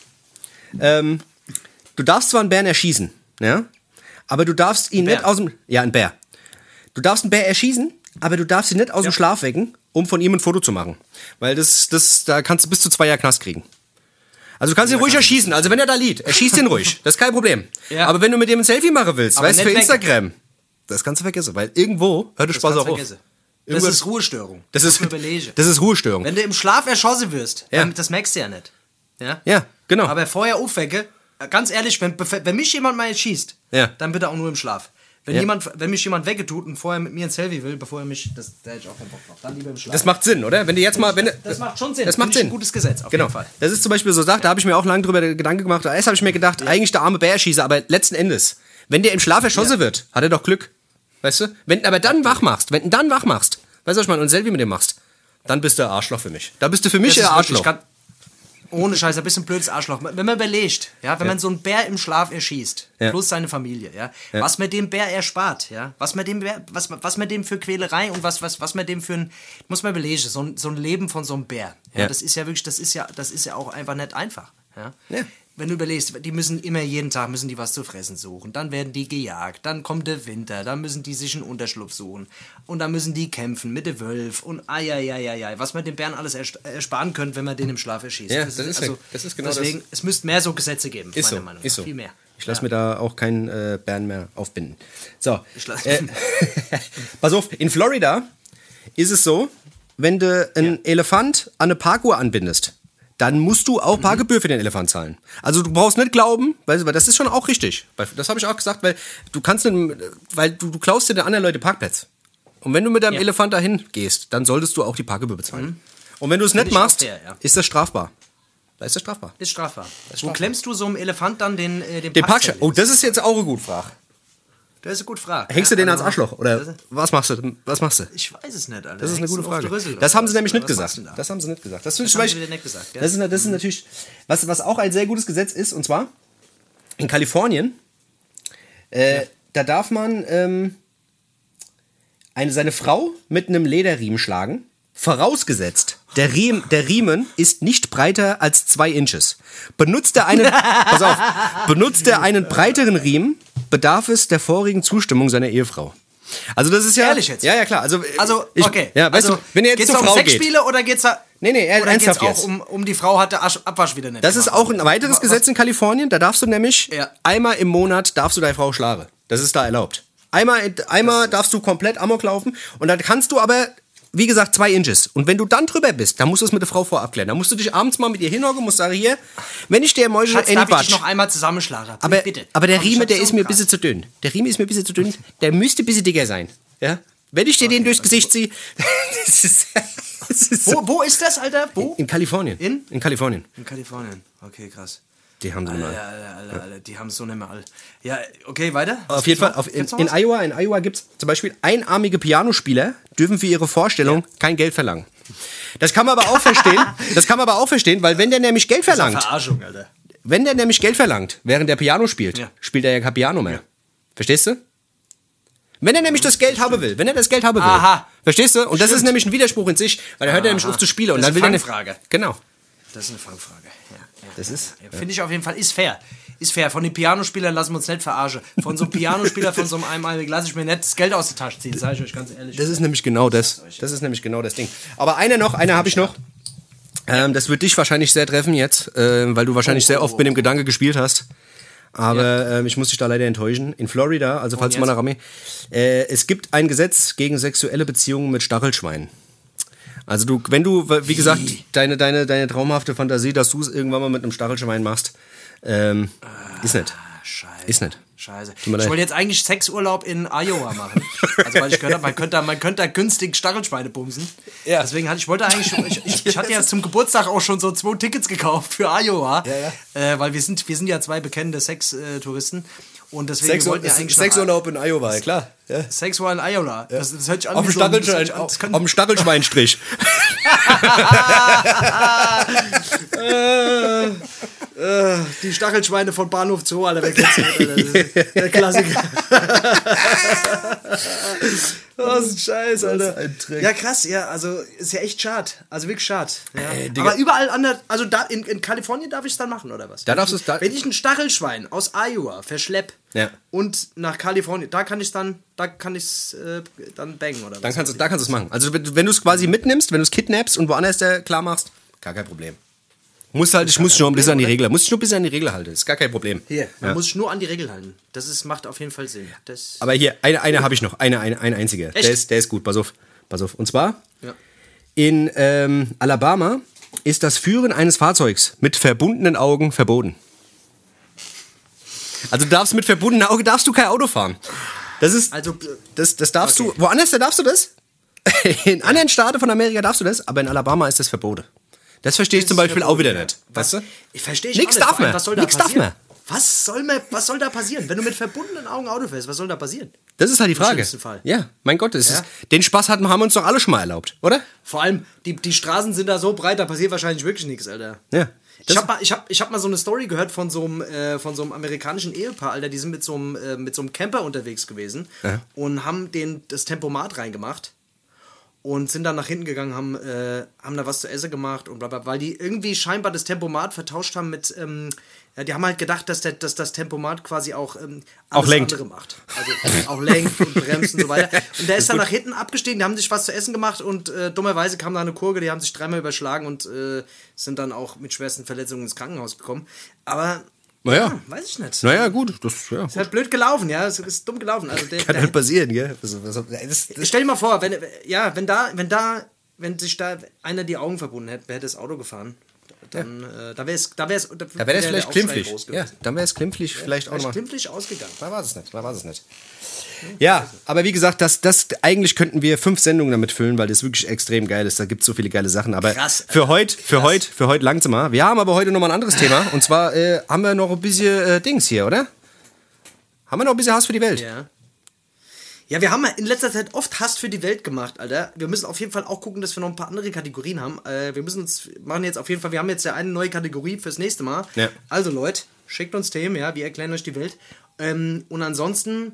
Speaker 3: Ähm, du darfst zwar einen Bären erschießen, ja, aber du darfst ihn nicht aus dem, ja, ein Bär. Du darfst einen Bär erschießen, aber du darfst ihn nicht aus ja. dem Schlaf wecken, um von ihm ein Foto zu machen, weil das, das, da kannst du bis zu zwei Jahre Knast kriegen. Also du kannst ihn ruhig erschießen. Also wenn er da liegt, erschieß ihn ruhig. Das ist kein Problem. Ja. Aber wenn du mit dem ein Selfie machen willst, weißt du, für Instagram, das kannst du vergessen, weil irgendwo hört der Spaß auch auf.
Speaker 2: Das ist Ruhestörung.
Speaker 3: Das ist, das ist Ruhestörung.
Speaker 2: Wenn du im Schlaf erschossen wirst,
Speaker 3: ja.
Speaker 2: das merkst du ja nicht. Ja,
Speaker 3: ja genau.
Speaker 2: Aber vorher aufwecke, ganz ehrlich, wenn, wenn mich jemand mal schießt,
Speaker 3: ja.
Speaker 2: dann bitte auch nur im Schlaf. Wenn,
Speaker 3: ja.
Speaker 2: jemand, wenn mich jemand weggetut und vorher mit mir ein Selfie will, bevor er mich, das, da hätte ich auch keinen Bock drauf. Dann lieber im Schlaf.
Speaker 3: Das macht Sinn, oder? Wenn du jetzt mal, wenn du,
Speaker 2: das, das macht schon Sinn.
Speaker 3: Das macht Sinn.
Speaker 2: Ein gutes Gesetz, auf
Speaker 3: genau.
Speaker 2: jeden Fall.
Speaker 3: Das ist zum Beispiel so Sache, da habe ich mir auch lange drüber Gedanken gemacht. Erst habe ich mir gedacht, ja. eigentlich der arme Bär schieße, aber letzten Endes, wenn der im Schlaf erschossen ja. wird, hat er doch Glück. Weißt du? Wenn aber dann wach machst, wenn du dann wach machst, weißt du, was ich meine, und ein Selfie mit dem machst, dann bist du ein Arschloch für mich. Da bist du für mich der Arschloch. Wirklich,
Speaker 2: ohne Scheiß, ein bisschen blödes Arschloch. Wenn man überlegt, ja, wenn ja. man so einen Bär im Schlaf erschießt, ja. plus seine Familie, ja, ja, was man dem Bär erspart, ja, was man dem, Bär, was, was man dem für Quälerei und was, was, was man dem für ein, muss man überlegen, so ein, so ein Leben von so einem Bär, ja, ja, das ist ja wirklich, das ist ja, das ist ja auch einfach nicht einfach, ja. ja. Wenn du überlegst, die müssen immer jeden Tag müssen die was zu fressen suchen. Dann werden die gejagt. Dann kommt der Winter. Dann müssen die sich einen Unterschlupf suchen. Und dann müssen die kämpfen mit der Wölf. Und ai, was man den Bären alles ersparen könnte, wenn man den im Schlaf erschießt.
Speaker 3: Ja,
Speaker 2: das,
Speaker 3: das, ist,
Speaker 2: also,
Speaker 3: das ist genau
Speaker 2: deswegen,
Speaker 3: das.
Speaker 2: Es müsste mehr so Gesetze geben,
Speaker 3: ist
Speaker 2: meiner
Speaker 3: so,
Speaker 2: Meinung nach.
Speaker 3: Ist so.
Speaker 2: Viel mehr.
Speaker 3: Ich lasse
Speaker 2: ja.
Speaker 3: mir da auch keinen äh, Bären mehr aufbinden. So.
Speaker 2: Ich lass
Speaker 3: äh, pass auf, in Florida ist es so, wenn du einen ja. Elefant an eine Parkuhr anbindest, dann musst du auch Parkgebühr für den Elefant zahlen. Also du brauchst nicht glauben, weil, weil das ist schon auch richtig. Das habe ich auch gesagt, weil du kannst nicht, weil du, du klaust dir den anderen Leute Parkplatz. Und wenn du mit deinem ja. Elefant dahin gehst, dann solltest du auch die Parkgebühr bezahlen. Mhm. Und wenn du es nicht machst, fair, ja. ist das strafbar. Da ist das strafbar.
Speaker 2: Ist strafbar.
Speaker 3: Ist
Speaker 2: strafbar. Wo klemmst du so einem Elefant dann den, äh, den,
Speaker 3: den Parkschein? Oh, das ist jetzt auch eine gute Frage.
Speaker 2: Das ist eine gute Frage.
Speaker 3: Hängst
Speaker 2: ja?
Speaker 3: du den
Speaker 2: also,
Speaker 3: als Arschloch? Oder was machst du? Was machst du?
Speaker 2: Ich weiß es nicht, Alter.
Speaker 3: Das ist eine gute Frage.
Speaker 2: Rüssel,
Speaker 3: das haben sie nämlich nicht
Speaker 2: was
Speaker 3: gesagt. Da? Das haben sie nicht gesagt. Das,
Speaker 2: das,
Speaker 3: haben Beispiel,
Speaker 2: sie nicht gesagt,
Speaker 3: das, ist, das ist natürlich, was, was auch ein sehr gutes Gesetz ist, und zwar in Kalifornien, äh, ja. da darf man ähm, eine, seine Frau mit einem Lederriemen schlagen, vorausgesetzt, der, Riem, der Riemen ist nicht breiter als zwei Inches. Benutzt er einen, pass auf, benutzt er einen breiteren Riemen, bedarf es der vorigen Zustimmung seiner Ehefrau. Also das ist ja...
Speaker 2: Ehrlich jetzt?
Speaker 3: Ja, ja, klar. Also,
Speaker 2: also
Speaker 3: ich,
Speaker 2: okay.
Speaker 3: Ja, weißt
Speaker 2: also,
Speaker 3: du, wenn ihr jetzt
Speaker 2: geht's
Speaker 3: zur
Speaker 2: um
Speaker 3: Frau
Speaker 2: Sexspiele
Speaker 3: geht,
Speaker 2: oder geht's da...
Speaker 3: Nee, nee,
Speaker 2: Oder geht's
Speaker 3: ernsthaft
Speaker 2: auch
Speaker 3: jetzt.
Speaker 2: um, um die Frau hat der Asch- Abwasch wieder nicht
Speaker 3: Das ist
Speaker 2: gemacht.
Speaker 3: auch ein weiteres
Speaker 2: Was-
Speaker 3: Gesetz in Kalifornien. Da darfst du nämlich
Speaker 2: Ja.
Speaker 3: einmal im Monat darfst du deine Frau schlagen. Das ist da erlaubt. Einmal, einmal darfst du komplett Amok laufen und dann kannst du aber, wie gesagt, zwei Inches. Und wenn du dann drüber bist, dann musst du es mit der Frau vorab klären. Dann musst du dich abends mal mit ihr hinhocken und musst sagen, hier, wenn ich der Mäusche
Speaker 2: Schatz,
Speaker 3: in
Speaker 2: darf ich dich
Speaker 3: Batsch.
Speaker 2: noch einmal zusammenschlagen?
Speaker 3: Aber,
Speaker 2: Bitte.
Speaker 3: aber der
Speaker 2: Komm,
Speaker 3: Riemen,
Speaker 2: Schatz,
Speaker 3: der
Speaker 2: so
Speaker 3: ist mir ein
Speaker 2: krass.
Speaker 3: bisschen zu dünn. Der Riemen ist mir ein bisschen zu dünn. Der müsste ein bisschen dicker sein. Ja? Wenn ich dir den durchs Gesicht ziehe, das ist, das ist so.
Speaker 2: Wo, wo ist das, Alter? Wo?
Speaker 3: In Kalifornien.
Speaker 2: In?
Speaker 3: In Kalifornien.
Speaker 2: In Kalifornien. Okay, krass.
Speaker 3: Die haben sie
Speaker 2: Alter,
Speaker 3: mal.
Speaker 2: Alter, Alter, Alter, die haben es so nicht mehr all. Ja, okay, weiter.
Speaker 3: Auf jeden Fall, auf, in,
Speaker 2: Gibt's noch
Speaker 3: in
Speaker 2: was?
Speaker 3: Iowa, in Iowa gibt es zum Beispiel einarmige Pianospieler, dürfen für ihre Vorstellung kein Geld verlangen. Das kann man aber auch verstehen. Das kann man aber auch verstehen, weil wenn der nämlich Geld
Speaker 2: Das ist eine
Speaker 3: verlangt,
Speaker 2: Verarschung, Alter.
Speaker 3: wenn der nämlich Geld verlangt, während der Piano spielt,
Speaker 2: Ja.
Speaker 3: spielt er ja kein Piano mehr. Verstehst du? Wenn er nämlich das Geld haben will, wenn er das Geld haben will.
Speaker 2: Aha.
Speaker 3: Verstehst du? Und das
Speaker 2: Stimmt.
Speaker 3: ist nämlich ein Widerspruch in sich, weil dann hört er nämlich auf zu spielen und
Speaker 2: Das
Speaker 3: dann
Speaker 2: ist
Speaker 3: will er
Speaker 2: eine
Speaker 3: nicht.
Speaker 2: Fangfrage.
Speaker 3: Genau.
Speaker 2: Das ist eine Fangfrage. Ja, ja,
Speaker 3: Das
Speaker 2: ja,
Speaker 3: ist-
Speaker 2: ja. Finde ich auf jeden Fall, ist fair. Ist fair. Von den Pianospielern lassen wir uns nicht verarschen. Von so einem Pianospieler, von so einem Einmaligen lasse ich mir nicht das Geld aus der Tasche ziehen, sage ich euch ganz ehrlich.
Speaker 3: Das ist nämlich genau das. Das ist nämlich genau das Ding. Aber einer noch, einer habe ich noch. Ähm, das wird dich wahrscheinlich sehr treffen jetzt, äh, weil du wahrscheinlich
Speaker 2: Oh,
Speaker 3: sehr
Speaker 2: oh,
Speaker 3: oft
Speaker 2: oh.
Speaker 3: mit dem Gedanke gespielt hast. Aber ähm, ich muss dich da leider enttäuschen. In Florida, also falls
Speaker 2: jetzt?
Speaker 3: man nach Rami, äh, es gibt ein Gesetz gegen sexuelle Beziehungen mit Stachelschweinen. Also du, wenn du, wie gesagt, deine, deine, deine traumhafte Fantasie, dass du es irgendwann mal mit einem Stachelschwein machst, ähm, ist nicht.
Speaker 2: Scheiße.
Speaker 3: Ist nicht.
Speaker 2: Scheiße.
Speaker 3: mir
Speaker 2: Ich
Speaker 3: leid.
Speaker 2: wollte jetzt eigentlich Sexurlaub in Iowa machen. Also weil ich gehört habe, man könnte, da- man könnte da günstig Stachelschweine bumsen.
Speaker 3: Ja.
Speaker 2: Deswegen hatte ich wollte eigentlich schon, ich, ich, ich hatte ja zum Geburtstag auch schon so zwei Tickets gekauft für Iowa.
Speaker 3: Ja, ja.
Speaker 2: Äh, weil wir sind, wir sind ja zwei bekennende Sex-Touristen. Und deswegen
Speaker 3: Sex,
Speaker 2: wollten wir eigentlich nach-
Speaker 3: Sexurlaub in Iowa, ja, klar. Ja.
Speaker 2: Sexual in Iowa. Das, das hört sich an
Speaker 3: Auf
Speaker 2: wie
Speaker 3: dem
Speaker 2: so ein- das hört
Speaker 3: Stachelschwein,
Speaker 2: sich an- das
Speaker 3: auf,
Speaker 2: könnte-
Speaker 3: auf dem Stachelschweinstrich.
Speaker 2: Die Stachelschweine von Bahnhof Zoo, Alter, wer kennt's nicht, Alter? Das ist der Klassiker. Was ein Scheiß, Alter.
Speaker 3: ein Trick.
Speaker 2: Ja, krass, ja, also ist ja echt schade. Also wirklich schade. Ja.
Speaker 3: Ey, Digga.
Speaker 2: Aber überall anders, also da in, in Kalifornien darf ich es dann machen, oder was?
Speaker 3: Da
Speaker 2: Wenn
Speaker 3: darfst
Speaker 2: ich-
Speaker 3: du's da-
Speaker 2: Wenn ich ein Stachelschwein aus Iowa verschlepp
Speaker 3: Ja.
Speaker 2: und nach Kalifornien, da kann ich dann, da kann ich es äh, dann bangen, oder was?
Speaker 3: Dann kannst du, da kannst du es machen. Also wenn, wenn du es quasi mitnimmst, wenn du es kidnappst und woanders der klar machst, gar kein Problem. Muss halt, ich muss schon ein bisschen an die Regel, muss ich nur ein bisschen an die Regel halten, ist gar kein Problem.
Speaker 2: Hier, man
Speaker 3: Ja.
Speaker 2: muss sich nur an die Regel halten. Das ist, macht auf jeden Fall Sinn. Das
Speaker 3: Aber hier, eine, eine habe ich noch, eine, eine, eine einzige.
Speaker 2: Echt?
Speaker 3: Der ist, der ist gut, pass auf, pass auf. Und zwar,
Speaker 2: Ja.
Speaker 3: in ähm, Alabama ist das Führen eines Fahrzeugs mit verbundenen Augen verboten. Also du darfst mit verbundenen Augen darfst du kein Auto fahren. Das ist,
Speaker 2: Also,
Speaker 3: das, das darfst
Speaker 2: okay.
Speaker 3: du, woanders da darfst du das? In anderen Staaten von Amerika darfst du das, aber in Alabama ist das verboten. Das verstehe ich zum
Speaker 2: ist
Speaker 3: Beispiel auch
Speaker 2: verboten,
Speaker 3: wieder
Speaker 2: ja.
Speaker 3: nicht. Weißt du?
Speaker 2: Ich verstehe
Speaker 3: Nix
Speaker 2: auch nicht.
Speaker 3: darf
Speaker 2: Vor allem,
Speaker 3: man.
Speaker 2: Was soll da
Speaker 3: Nix darf
Speaker 2: passieren?
Speaker 3: man.
Speaker 2: Was soll, man, was soll da passieren? Wenn du mit verbundenen Augen Auto fährst, was soll da passieren?
Speaker 3: Das ist halt die Frage.
Speaker 2: schlimmsten Fall.
Speaker 3: Ja, mein Gott, das
Speaker 2: Ja.
Speaker 3: ist, den Spaß hatten, haben wir uns doch alle schon mal erlaubt, oder?
Speaker 2: Vor allem, die, die Straßen sind da so breit, da passiert wahrscheinlich wirklich nichts, Alter.
Speaker 3: Ja.
Speaker 2: Ich habe mal, ich hab, ich hab mal so eine Story gehört von so einem, äh, von so einem amerikanischen Ehepaar, Alter, die sind mit so einem, äh, mit so einem Camper unterwegs gewesen
Speaker 3: Ja.
Speaker 2: und haben den, das Tempomat reingemacht und sind dann nach hinten gegangen, haben, äh, haben da was zu essen gemacht und bla bla, weil die irgendwie scheinbar das Tempomat vertauscht haben mit, ähm, ja, die haben halt gedacht, dass, der, dass das Tempomat quasi auch ähm, alles
Speaker 3: Auch lenkt.
Speaker 2: andere macht. Also auch lenkt und bremst und so weiter. Und der ist dann nach hinten abgestiegen, die haben sich was zu essen gemacht und äh, dummerweise kam da eine Kurve, die haben sich dreimal überschlagen und äh, sind dann auch mit schwersten Verletzungen ins Krankenhaus gekommen. Aber,
Speaker 3: Naja.
Speaker 2: ja, weiß ich nicht.
Speaker 3: Naja, gut, das ja,
Speaker 2: Ist halt blöd gelaufen, ja, es ist dumm gelaufen. Also der,
Speaker 3: kann
Speaker 2: der,
Speaker 3: halt passieren, gell? Das, das, das, das,
Speaker 2: stell dir mal vor, wenn, ja, wenn da, wenn da, wenn sich da einer die Augen verbunden hätte, wer hätte das Auto gefahren? Dann, äh, da wäre es, da wär's, da
Speaker 3: da wäre das vielleicht klimpflich. Ja, dann wäre es klimpflich vielleicht auch
Speaker 2: Vielleicht
Speaker 3: noch.
Speaker 2: klimpflich ausgegangen.
Speaker 3: Man weiß es nicht, man weiß es nicht. Ja, aber wie gesagt, das, das, eigentlich könnten wir fünf Sendungen damit füllen, weil das wirklich extrem geil ist. Da gibt es so viele geile Sachen. Aber
Speaker 2: Krass,
Speaker 3: für
Speaker 2: Alter.
Speaker 3: heute, für heute, für heute langt's mal. Wir haben aber heute noch mal ein anderes Thema. Und zwar äh, haben wir noch ein bisschen äh, Dings hier, oder? Haben wir noch ein bisschen Hass für die Welt?
Speaker 2: Ja. Ja, wir haben in letzter Zeit oft Hass für die Welt gemacht, Alter. Wir müssen auf jeden Fall auch gucken, dass wir noch ein paar andere Kategorien haben. Äh, wir müssen uns machen jetzt auf jeden Fall, wir haben jetzt ja eine neue Kategorie fürs nächste Mal.
Speaker 3: Ja.
Speaker 2: Also Leute, schickt uns Themen, ja, wir erklären euch die Welt. Ähm, und ansonsten,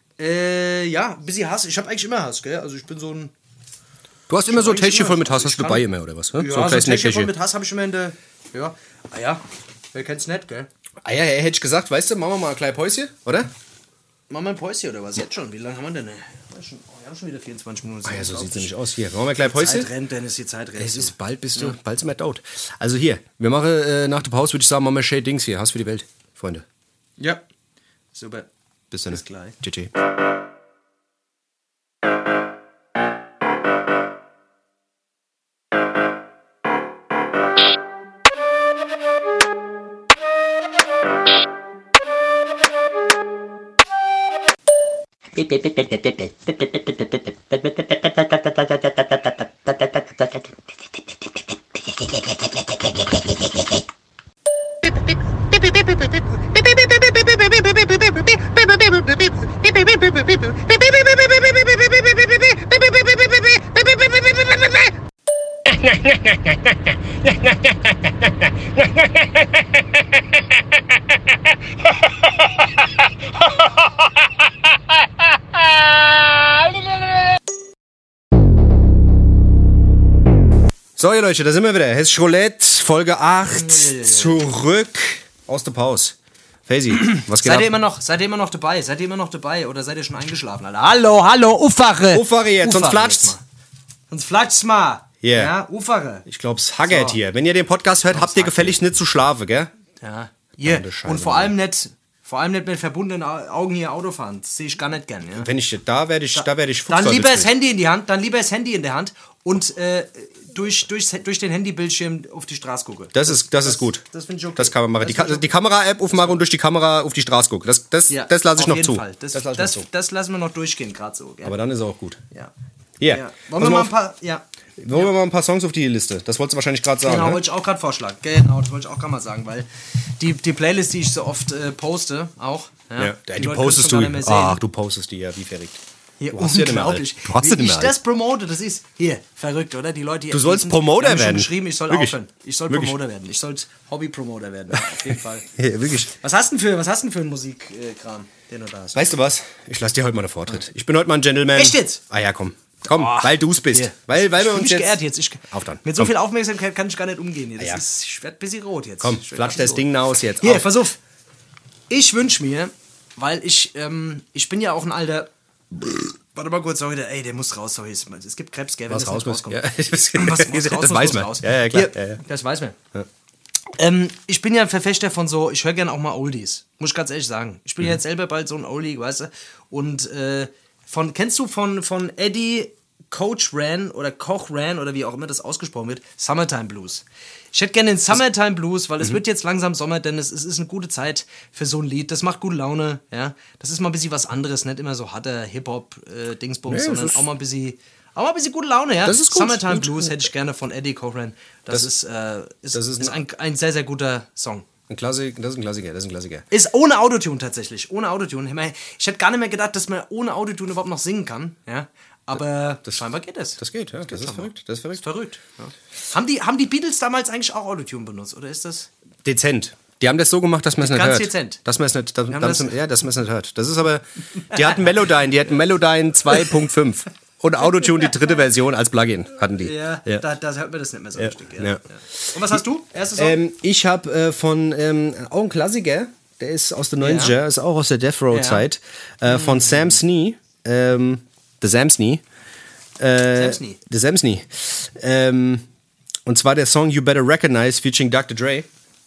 Speaker 2: äh, ja, ein bisschen Hass. Ich habe eigentlich immer Hass, gell? Also ich bin so ein...
Speaker 3: Du hast immer so ein
Speaker 2: eigentlich
Speaker 3: Täschchen
Speaker 2: immer-
Speaker 3: voll mit Hass, hast
Speaker 2: ich
Speaker 3: du
Speaker 2: kann-
Speaker 3: dabei immer, oder was? Ne?
Speaker 2: Ja,
Speaker 3: so ein
Speaker 2: so ein
Speaker 3: kleines
Speaker 2: Täschchen voll
Speaker 3: Nächterchen.
Speaker 2: mit Hass habe ich immer in der... Ja, ah ja, wer kennt's nicht, gell?
Speaker 3: Ah ja, ja, hätte ich gesagt, weißt du, machen wir mal ein kleines Päuschen, oder?
Speaker 2: machen wir ein Päuschen oder was? Jetzt schon? Wie lange haben wir denn? Oh, wir haben schon wieder vierundzwanzig Minuten.
Speaker 3: Ah ja, so sieht es nämlich aus. Hier, machen wir gleich Päuschen.
Speaker 2: Die Zeit rennt, Dennis, die Zeit rennt.
Speaker 3: Es ist bald, bist du, ja. bald sind wir tot. Also hier, wir machen äh, nach der Pause, würde ich sagen, machen wir Shade Dings hier. Hass für die Welt, Freunde.
Speaker 2: Ja, super.
Speaker 3: Bis dann.
Speaker 2: Bis gleich.
Speaker 3: Tschüss. So, ihr Leute, da sind wir wieder. Hessisch Roulette, Folge acht, zurück aus der Pause. Faisy, was geht
Speaker 2: seid
Speaker 3: ab?
Speaker 2: Ihr immer noch, seid ihr immer noch dabei? Seid ihr immer noch dabei? Oder seid ihr schon eingeschlafen, Alter? Hallo, hallo, Uffache!
Speaker 3: Uffache jetzt, sonst flatscht's.
Speaker 2: Sonst flatscht's mal.
Speaker 3: Yeah.
Speaker 2: Ja, Uffache.
Speaker 3: Ich glaub's haggert
Speaker 2: So.
Speaker 3: hier. Wenn ihr den Podcast hört, habt ihr gefälligst nicht zu schlafen, gell?
Speaker 2: Ja. Hier.
Speaker 3: Scheiße,
Speaker 2: Und vor allem nicht, vor allem nicht mit verbundenen Augen hier Auto fahren. Das sehe ich gar nicht gern, ja.
Speaker 3: Wenn ich, da werde ich, da, da werde ich
Speaker 2: Dann lieber das
Speaker 3: Fuchsteufel
Speaker 2: Handy in die Hand, dann lieber das Handy in der Hand und äh, durch, durch, durch den Handybildschirm auf die Straße gucken.
Speaker 3: Das ist, das ist gut.
Speaker 2: Das finde ich okay.
Speaker 3: Das kann man machen.
Speaker 2: Das
Speaker 3: Die, Ka
Speaker 2: find ich
Speaker 3: die Kamera-App aufmachen und durch die Kamera auf die Straße gucken. Das, das,
Speaker 2: Ja,
Speaker 3: das lasse ich
Speaker 2: auf
Speaker 3: noch
Speaker 2: jeden
Speaker 3: zu.
Speaker 2: Fall. Das,
Speaker 3: das, lasse
Speaker 2: das,
Speaker 3: ich noch zu.
Speaker 2: das lassen wir noch durchgehen, gerade so. Gell?
Speaker 3: Aber dann ist es auch gut.
Speaker 2: Ja.
Speaker 3: Hier.
Speaker 2: Ja. Wollen
Speaker 3: Pass
Speaker 2: wir mal
Speaker 3: auf.
Speaker 2: ein paar. Ja.
Speaker 3: Wollen wir mal ein paar Songs auf die Liste? Das wolltest du wahrscheinlich gerade sagen.
Speaker 2: Genau,
Speaker 3: ne?
Speaker 2: wollte ich auch gerade vorschlagen. Genau, das wollte ich auch gerade mal sagen, weil die, die Playlist, die ich so oft äh, poste, auch. Ja,
Speaker 3: Ja, die, die
Speaker 2: Leute
Speaker 3: postest
Speaker 2: können
Speaker 3: du.
Speaker 2: schon gar nicht mehr sehen.
Speaker 3: Ach, du postest die ja wie verrückt.
Speaker 2: Hier,
Speaker 3: Du hast ja nicht mehr alt.
Speaker 2: unglaublich.
Speaker 3: Du hast ja
Speaker 2: Wie
Speaker 3: nicht mehr
Speaker 2: ich
Speaker 3: alt.
Speaker 2: das promote, das ist hier verrückt, oder? Die Leute, die
Speaker 3: Du sollst
Speaker 2: die sind-
Speaker 3: Promoter
Speaker 2: die haben schon
Speaker 3: werden.
Speaker 2: geschrieben, ich soll
Speaker 3: Wirklich.
Speaker 2: aufhören. Ich soll
Speaker 3: Wirklich.
Speaker 2: Promoter werden. Ich soll Hobby-Promoter werden. Auf jeden Fall.
Speaker 3: Ja, wirklich.
Speaker 2: Was hast du denn für, was hast du denn für einen Musikkram, den du da hast?
Speaker 3: Weißt du was? Ich lass dir heute mal einen Vortritt. Ich bin heute mal ein Gentleman.
Speaker 2: Echt jetzt?
Speaker 3: Ah ja, komm. Komm,
Speaker 2: Oh,
Speaker 3: weil du's bist.
Speaker 2: hier.
Speaker 3: Weil, weil
Speaker 2: Ich
Speaker 3: wir
Speaker 2: fühl
Speaker 3: uns
Speaker 2: mich
Speaker 3: jetzt...
Speaker 2: geehrt jetzt. Ich,
Speaker 3: Auf dann.
Speaker 2: Mit so
Speaker 3: Komm.
Speaker 2: viel Aufmerksamkeit kann ich gar nicht umgehen. Hier. Das
Speaker 3: Ja.
Speaker 2: ist, ich werde ein bisschen rot jetzt.
Speaker 3: Komm,
Speaker 2: Ich werd
Speaker 3: flatsch
Speaker 2: ein bisschen
Speaker 3: das
Speaker 2: rot.
Speaker 3: Ding aus jetzt.
Speaker 2: Hier,
Speaker 3: Auf.
Speaker 2: pass auf. Ich wünsche mir, weil ich, ähm, ich bin ja auch ein alter... Warte mal kurz, sorry, der, ey, der muss raus, sorry. Es, es gibt Krebs, gell, wenn
Speaker 3: Was
Speaker 2: das
Speaker 3: raus
Speaker 2: nicht
Speaker 3: muss.
Speaker 2: rauskommt.
Speaker 3: Ja,
Speaker 2: Was, was
Speaker 3: das
Speaker 2: raus muss,
Speaker 3: weiß
Speaker 2: muss
Speaker 3: man.
Speaker 2: raus.
Speaker 3: Ja, ja, klar.
Speaker 2: Hier,
Speaker 3: Ja, ja.
Speaker 2: Das weiß man. Ähm, ich bin ja ein Verfechter von so, ich höre gerne auch mal Oldies. Muss ich ganz ehrlich sagen. Ich bin
Speaker 3: Mhm.
Speaker 2: ja jetzt selber bald so ein Oldie, weißt du. Und äh, von, kennst du von, von Eddie Coach Ran oder Koch Ran oder wie auch immer das ausgesprochen wird, Summertime Blues. Ich hätte gerne den Summertime Blues, weil es
Speaker 3: Mhm.
Speaker 2: wird jetzt langsam Sommer, denn es, es ist eine gute Zeit für so ein Lied. Das macht gute Laune, ja. Das ist mal ein bisschen was anderes, nicht immer so harter Hip-Hop-Dingsbums,
Speaker 3: Nee, das
Speaker 2: sondern
Speaker 3: ist-
Speaker 2: auch mal ein bisschen, auch mal ein bisschen gute Laune, ja.
Speaker 3: Das ist gut.
Speaker 2: Summertime
Speaker 3: Gut.
Speaker 2: Blues hätte ich gerne von Eddie Cochran. Das,
Speaker 3: Das-
Speaker 2: ist, äh, ist,
Speaker 3: das ist
Speaker 2: ist
Speaker 3: ein-
Speaker 2: ein, ein sehr, sehr guter Song.
Speaker 3: Ein Klassik, das ist ein Klassiker, das ist ein Klassiker.
Speaker 2: Ist ohne Autotune tatsächlich. Ohne Autotune. Ich hätte gar nicht mehr gedacht, dass man ohne Autotune überhaupt noch singen kann. Ja? Aber
Speaker 3: Das-
Speaker 2: scheinbar geht es.
Speaker 3: Das geht, ja. Das, ist verrückt. Das ist verrückt.
Speaker 2: Verrückt. Ja. Haben, die, haben die Beatles damals eigentlich auch Autotune benutzt? Oder ist das...
Speaker 3: Dezent. Die haben das so gemacht, dass man es nicht
Speaker 2: Ganz
Speaker 3: hört.
Speaker 2: dezent.
Speaker 3: Dass man es nicht, dass,
Speaker 2: haben
Speaker 3: dass,
Speaker 2: das-
Speaker 3: ja, dass man es nicht hört. Das ist aber, die hatten Melodyne, die hatten Melodyne zwei Punkt fünf. Und Autotune, die dritte Version als Plugin hatten die.
Speaker 2: Ja,
Speaker 3: Ja.
Speaker 2: Da, da hört man das nicht mehr so
Speaker 3: Ja,
Speaker 2: richtig. Ja.
Speaker 3: ja.
Speaker 2: Ja. Und was hast du? Erstes Song?
Speaker 3: Ähm, ich habe äh, von ähm, auch ein Klassiker, der ist aus den neunziger, ist auch aus der Death Row Zeit, äh, von Sam Snee, ähm, The Sam Snee. Äh,
Speaker 2: Sam Snee.
Speaker 3: The Sam Snee. Ähm, und zwar der Song You Better Recognize featuring Doktor Dre.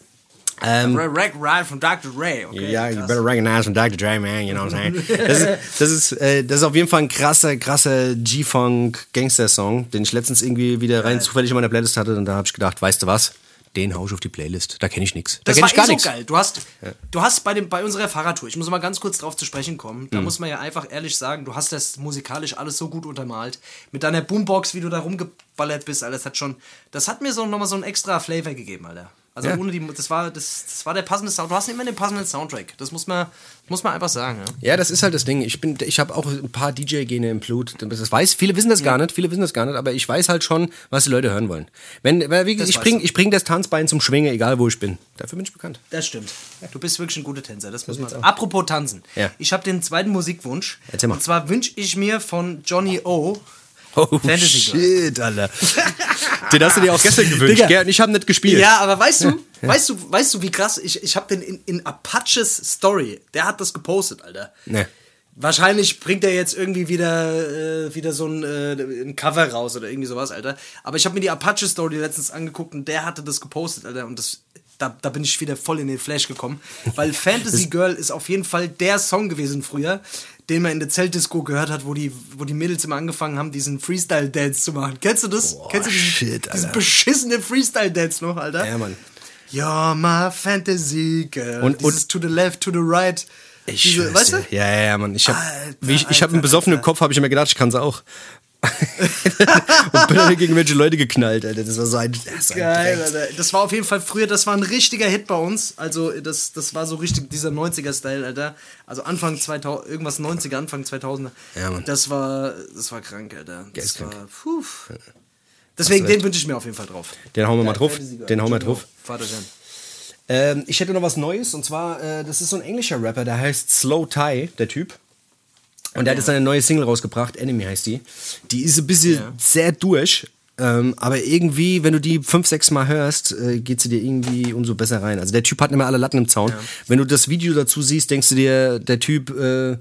Speaker 3: Ähm,
Speaker 2: Rack Ride von Doktor Ray. Okay,
Speaker 3: Ja, you
Speaker 2: krass.
Speaker 3: better recognize from Doktor Dre, man, you know what I'm saying? Das ist, das ist, äh, das ist auf jeden Fall ein krasser, krasser G-Funk-Gangster-Song, den ich letztens irgendwie wieder rein zufällig in meiner Playlist hatte und da habe ich gedacht, weißt du was? Den hau ich auf die Playlist. Da kenne ich nichts. Da
Speaker 2: Das
Speaker 3: kenne
Speaker 2: war
Speaker 3: ich gar
Speaker 2: eh so
Speaker 3: nichts.
Speaker 2: geil. Du hast, du hast bei, dem, bei unserer Fahrradtour, ich muss mal ganz kurz drauf zu sprechen kommen, da muss man ja einfach ehrlich sagen, du hast das musikalisch alles so gut untermalt. Mit deiner Boombox, wie du da rumgeballert bist, Alter, das hat schon, das hat mir so nochmal so einen extra Flavor gegeben, Alter. Also
Speaker 3: Ja.
Speaker 2: ohne die, das war, das, das war der passende Sound. Du hast nicht mehr den passenden Soundtrack. Das muss man, muss man einfach sagen, ja.
Speaker 3: Ja, das ist halt das Ding. Ich bin, ich habe auch ein paar D J-Gene im Blut. Das weiß, viele wissen das gar nicht, viele wissen das gar nicht, aber ich weiß halt schon, was die Leute hören wollen. Wenn, weil, wie,
Speaker 2: Das
Speaker 3: ich
Speaker 2: weißt
Speaker 3: bring,
Speaker 2: du.
Speaker 3: ich bring das Tanzbein zum Schwingen, egal wo ich bin. Dafür bin ich bekannt.
Speaker 2: Das stimmt. Du bist wirklich ein guter Tänzer, das muss man
Speaker 3: sieht's
Speaker 2: sagen.
Speaker 3: aus.
Speaker 2: Apropos Tanzen.
Speaker 3: Ja.
Speaker 2: Ich habe den zweiten Musikwunsch.
Speaker 3: Erzähl mal.
Speaker 2: Und zwar wünsche ich mir von Johnny O.
Speaker 3: Oh,
Speaker 2: Fantasy Girl.
Speaker 3: shit, Alter. Den hast du dir auch gestern gewünscht,
Speaker 2: Digga.
Speaker 3: gell? Und ich habe nicht gespielt.
Speaker 2: Ja, aber weißt du, weißt du, weißt du, wie krass, ich, ich habe den in, in Apaches Story, der hat das gepostet, Alter.
Speaker 3: Nee.
Speaker 2: Wahrscheinlich bringt er jetzt irgendwie wieder, äh, wieder so ein, äh, ein Cover raus oder irgendwie sowas, Alter. Aber ich habe mir die Apache-Story letztens angeguckt und der hatte das gepostet, Alter. Und das, da, da bin ich wieder voll in den Flash gekommen. Weil Fantasy Girl ist auf jeden Fall der Song gewesen früher, den man in der Zeltdisco gehört hat, wo die, wo die Mädels immer angefangen haben, diesen Freestyle-Dance zu machen. Kennst du das?
Speaker 3: Boah,
Speaker 2: Kennst du diesen,
Speaker 3: shit,
Speaker 2: diesen beschissene Freestyle-Dance noch, Alter?
Speaker 3: Ja, Mann.
Speaker 2: You're my Fantasy Girl.
Speaker 3: Und,
Speaker 2: Dieses
Speaker 3: und
Speaker 2: to the left, to the right.
Speaker 3: Ich
Speaker 2: Diese, weißt du?
Speaker 3: Ja, ja, ja, Mann. Ich hab,
Speaker 2: Alter,
Speaker 3: wie ich, ich hab einen
Speaker 2: Alter,
Speaker 3: besoffenen
Speaker 2: Alter.
Speaker 3: Kopf, habe ich mir gedacht, ich kann's auch. Und bin dann gegen welche Leute geknallt, Alter. Das war so ein, das so ein
Speaker 2: Geil,
Speaker 3: Dreck.
Speaker 2: Alter. Das war auf jeden Fall früher, das war ein richtiger Hit bei uns. Also das, das war so richtig dieser neunziger-Style, Alter. Also Anfang zweitausend, irgendwas neunziger, Anfang zweitausender.
Speaker 3: Ja, Mann.
Speaker 2: Das war, das war krank, Alter. Das
Speaker 3: Geistkrank.
Speaker 2: war, puh. Deswegen,
Speaker 3: recht.
Speaker 2: den wünsche ich mir auf jeden Fall drauf.
Speaker 3: Den hauen wir mal
Speaker 2: Geil,
Speaker 3: drauf.
Speaker 2: Fantasy Girl.
Speaker 3: Den hauen wir
Speaker 2: Genau.
Speaker 3: drauf.
Speaker 2: Vaterchen.
Speaker 3: Ähm, ich hätte noch was Neues, und zwar, äh, das ist so ein englischer Rapper, der heißt Slow Tie, der Typ. Und der hat jetzt eine neue Single rausgebracht, Enemy heißt die. Die ist ein bisschen
Speaker 2: Ja.
Speaker 3: sehr durch, ähm, aber irgendwie, wenn du die fünf, sechs Mal hörst, äh, geht sie dir irgendwie umso besser rein. Also der Typ hat nicht mehr alle Latten im Zaun.
Speaker 2: Ja.
Speaker 3: Wenn du das Video dazu siehst, denkst du dir, der Typ, äh,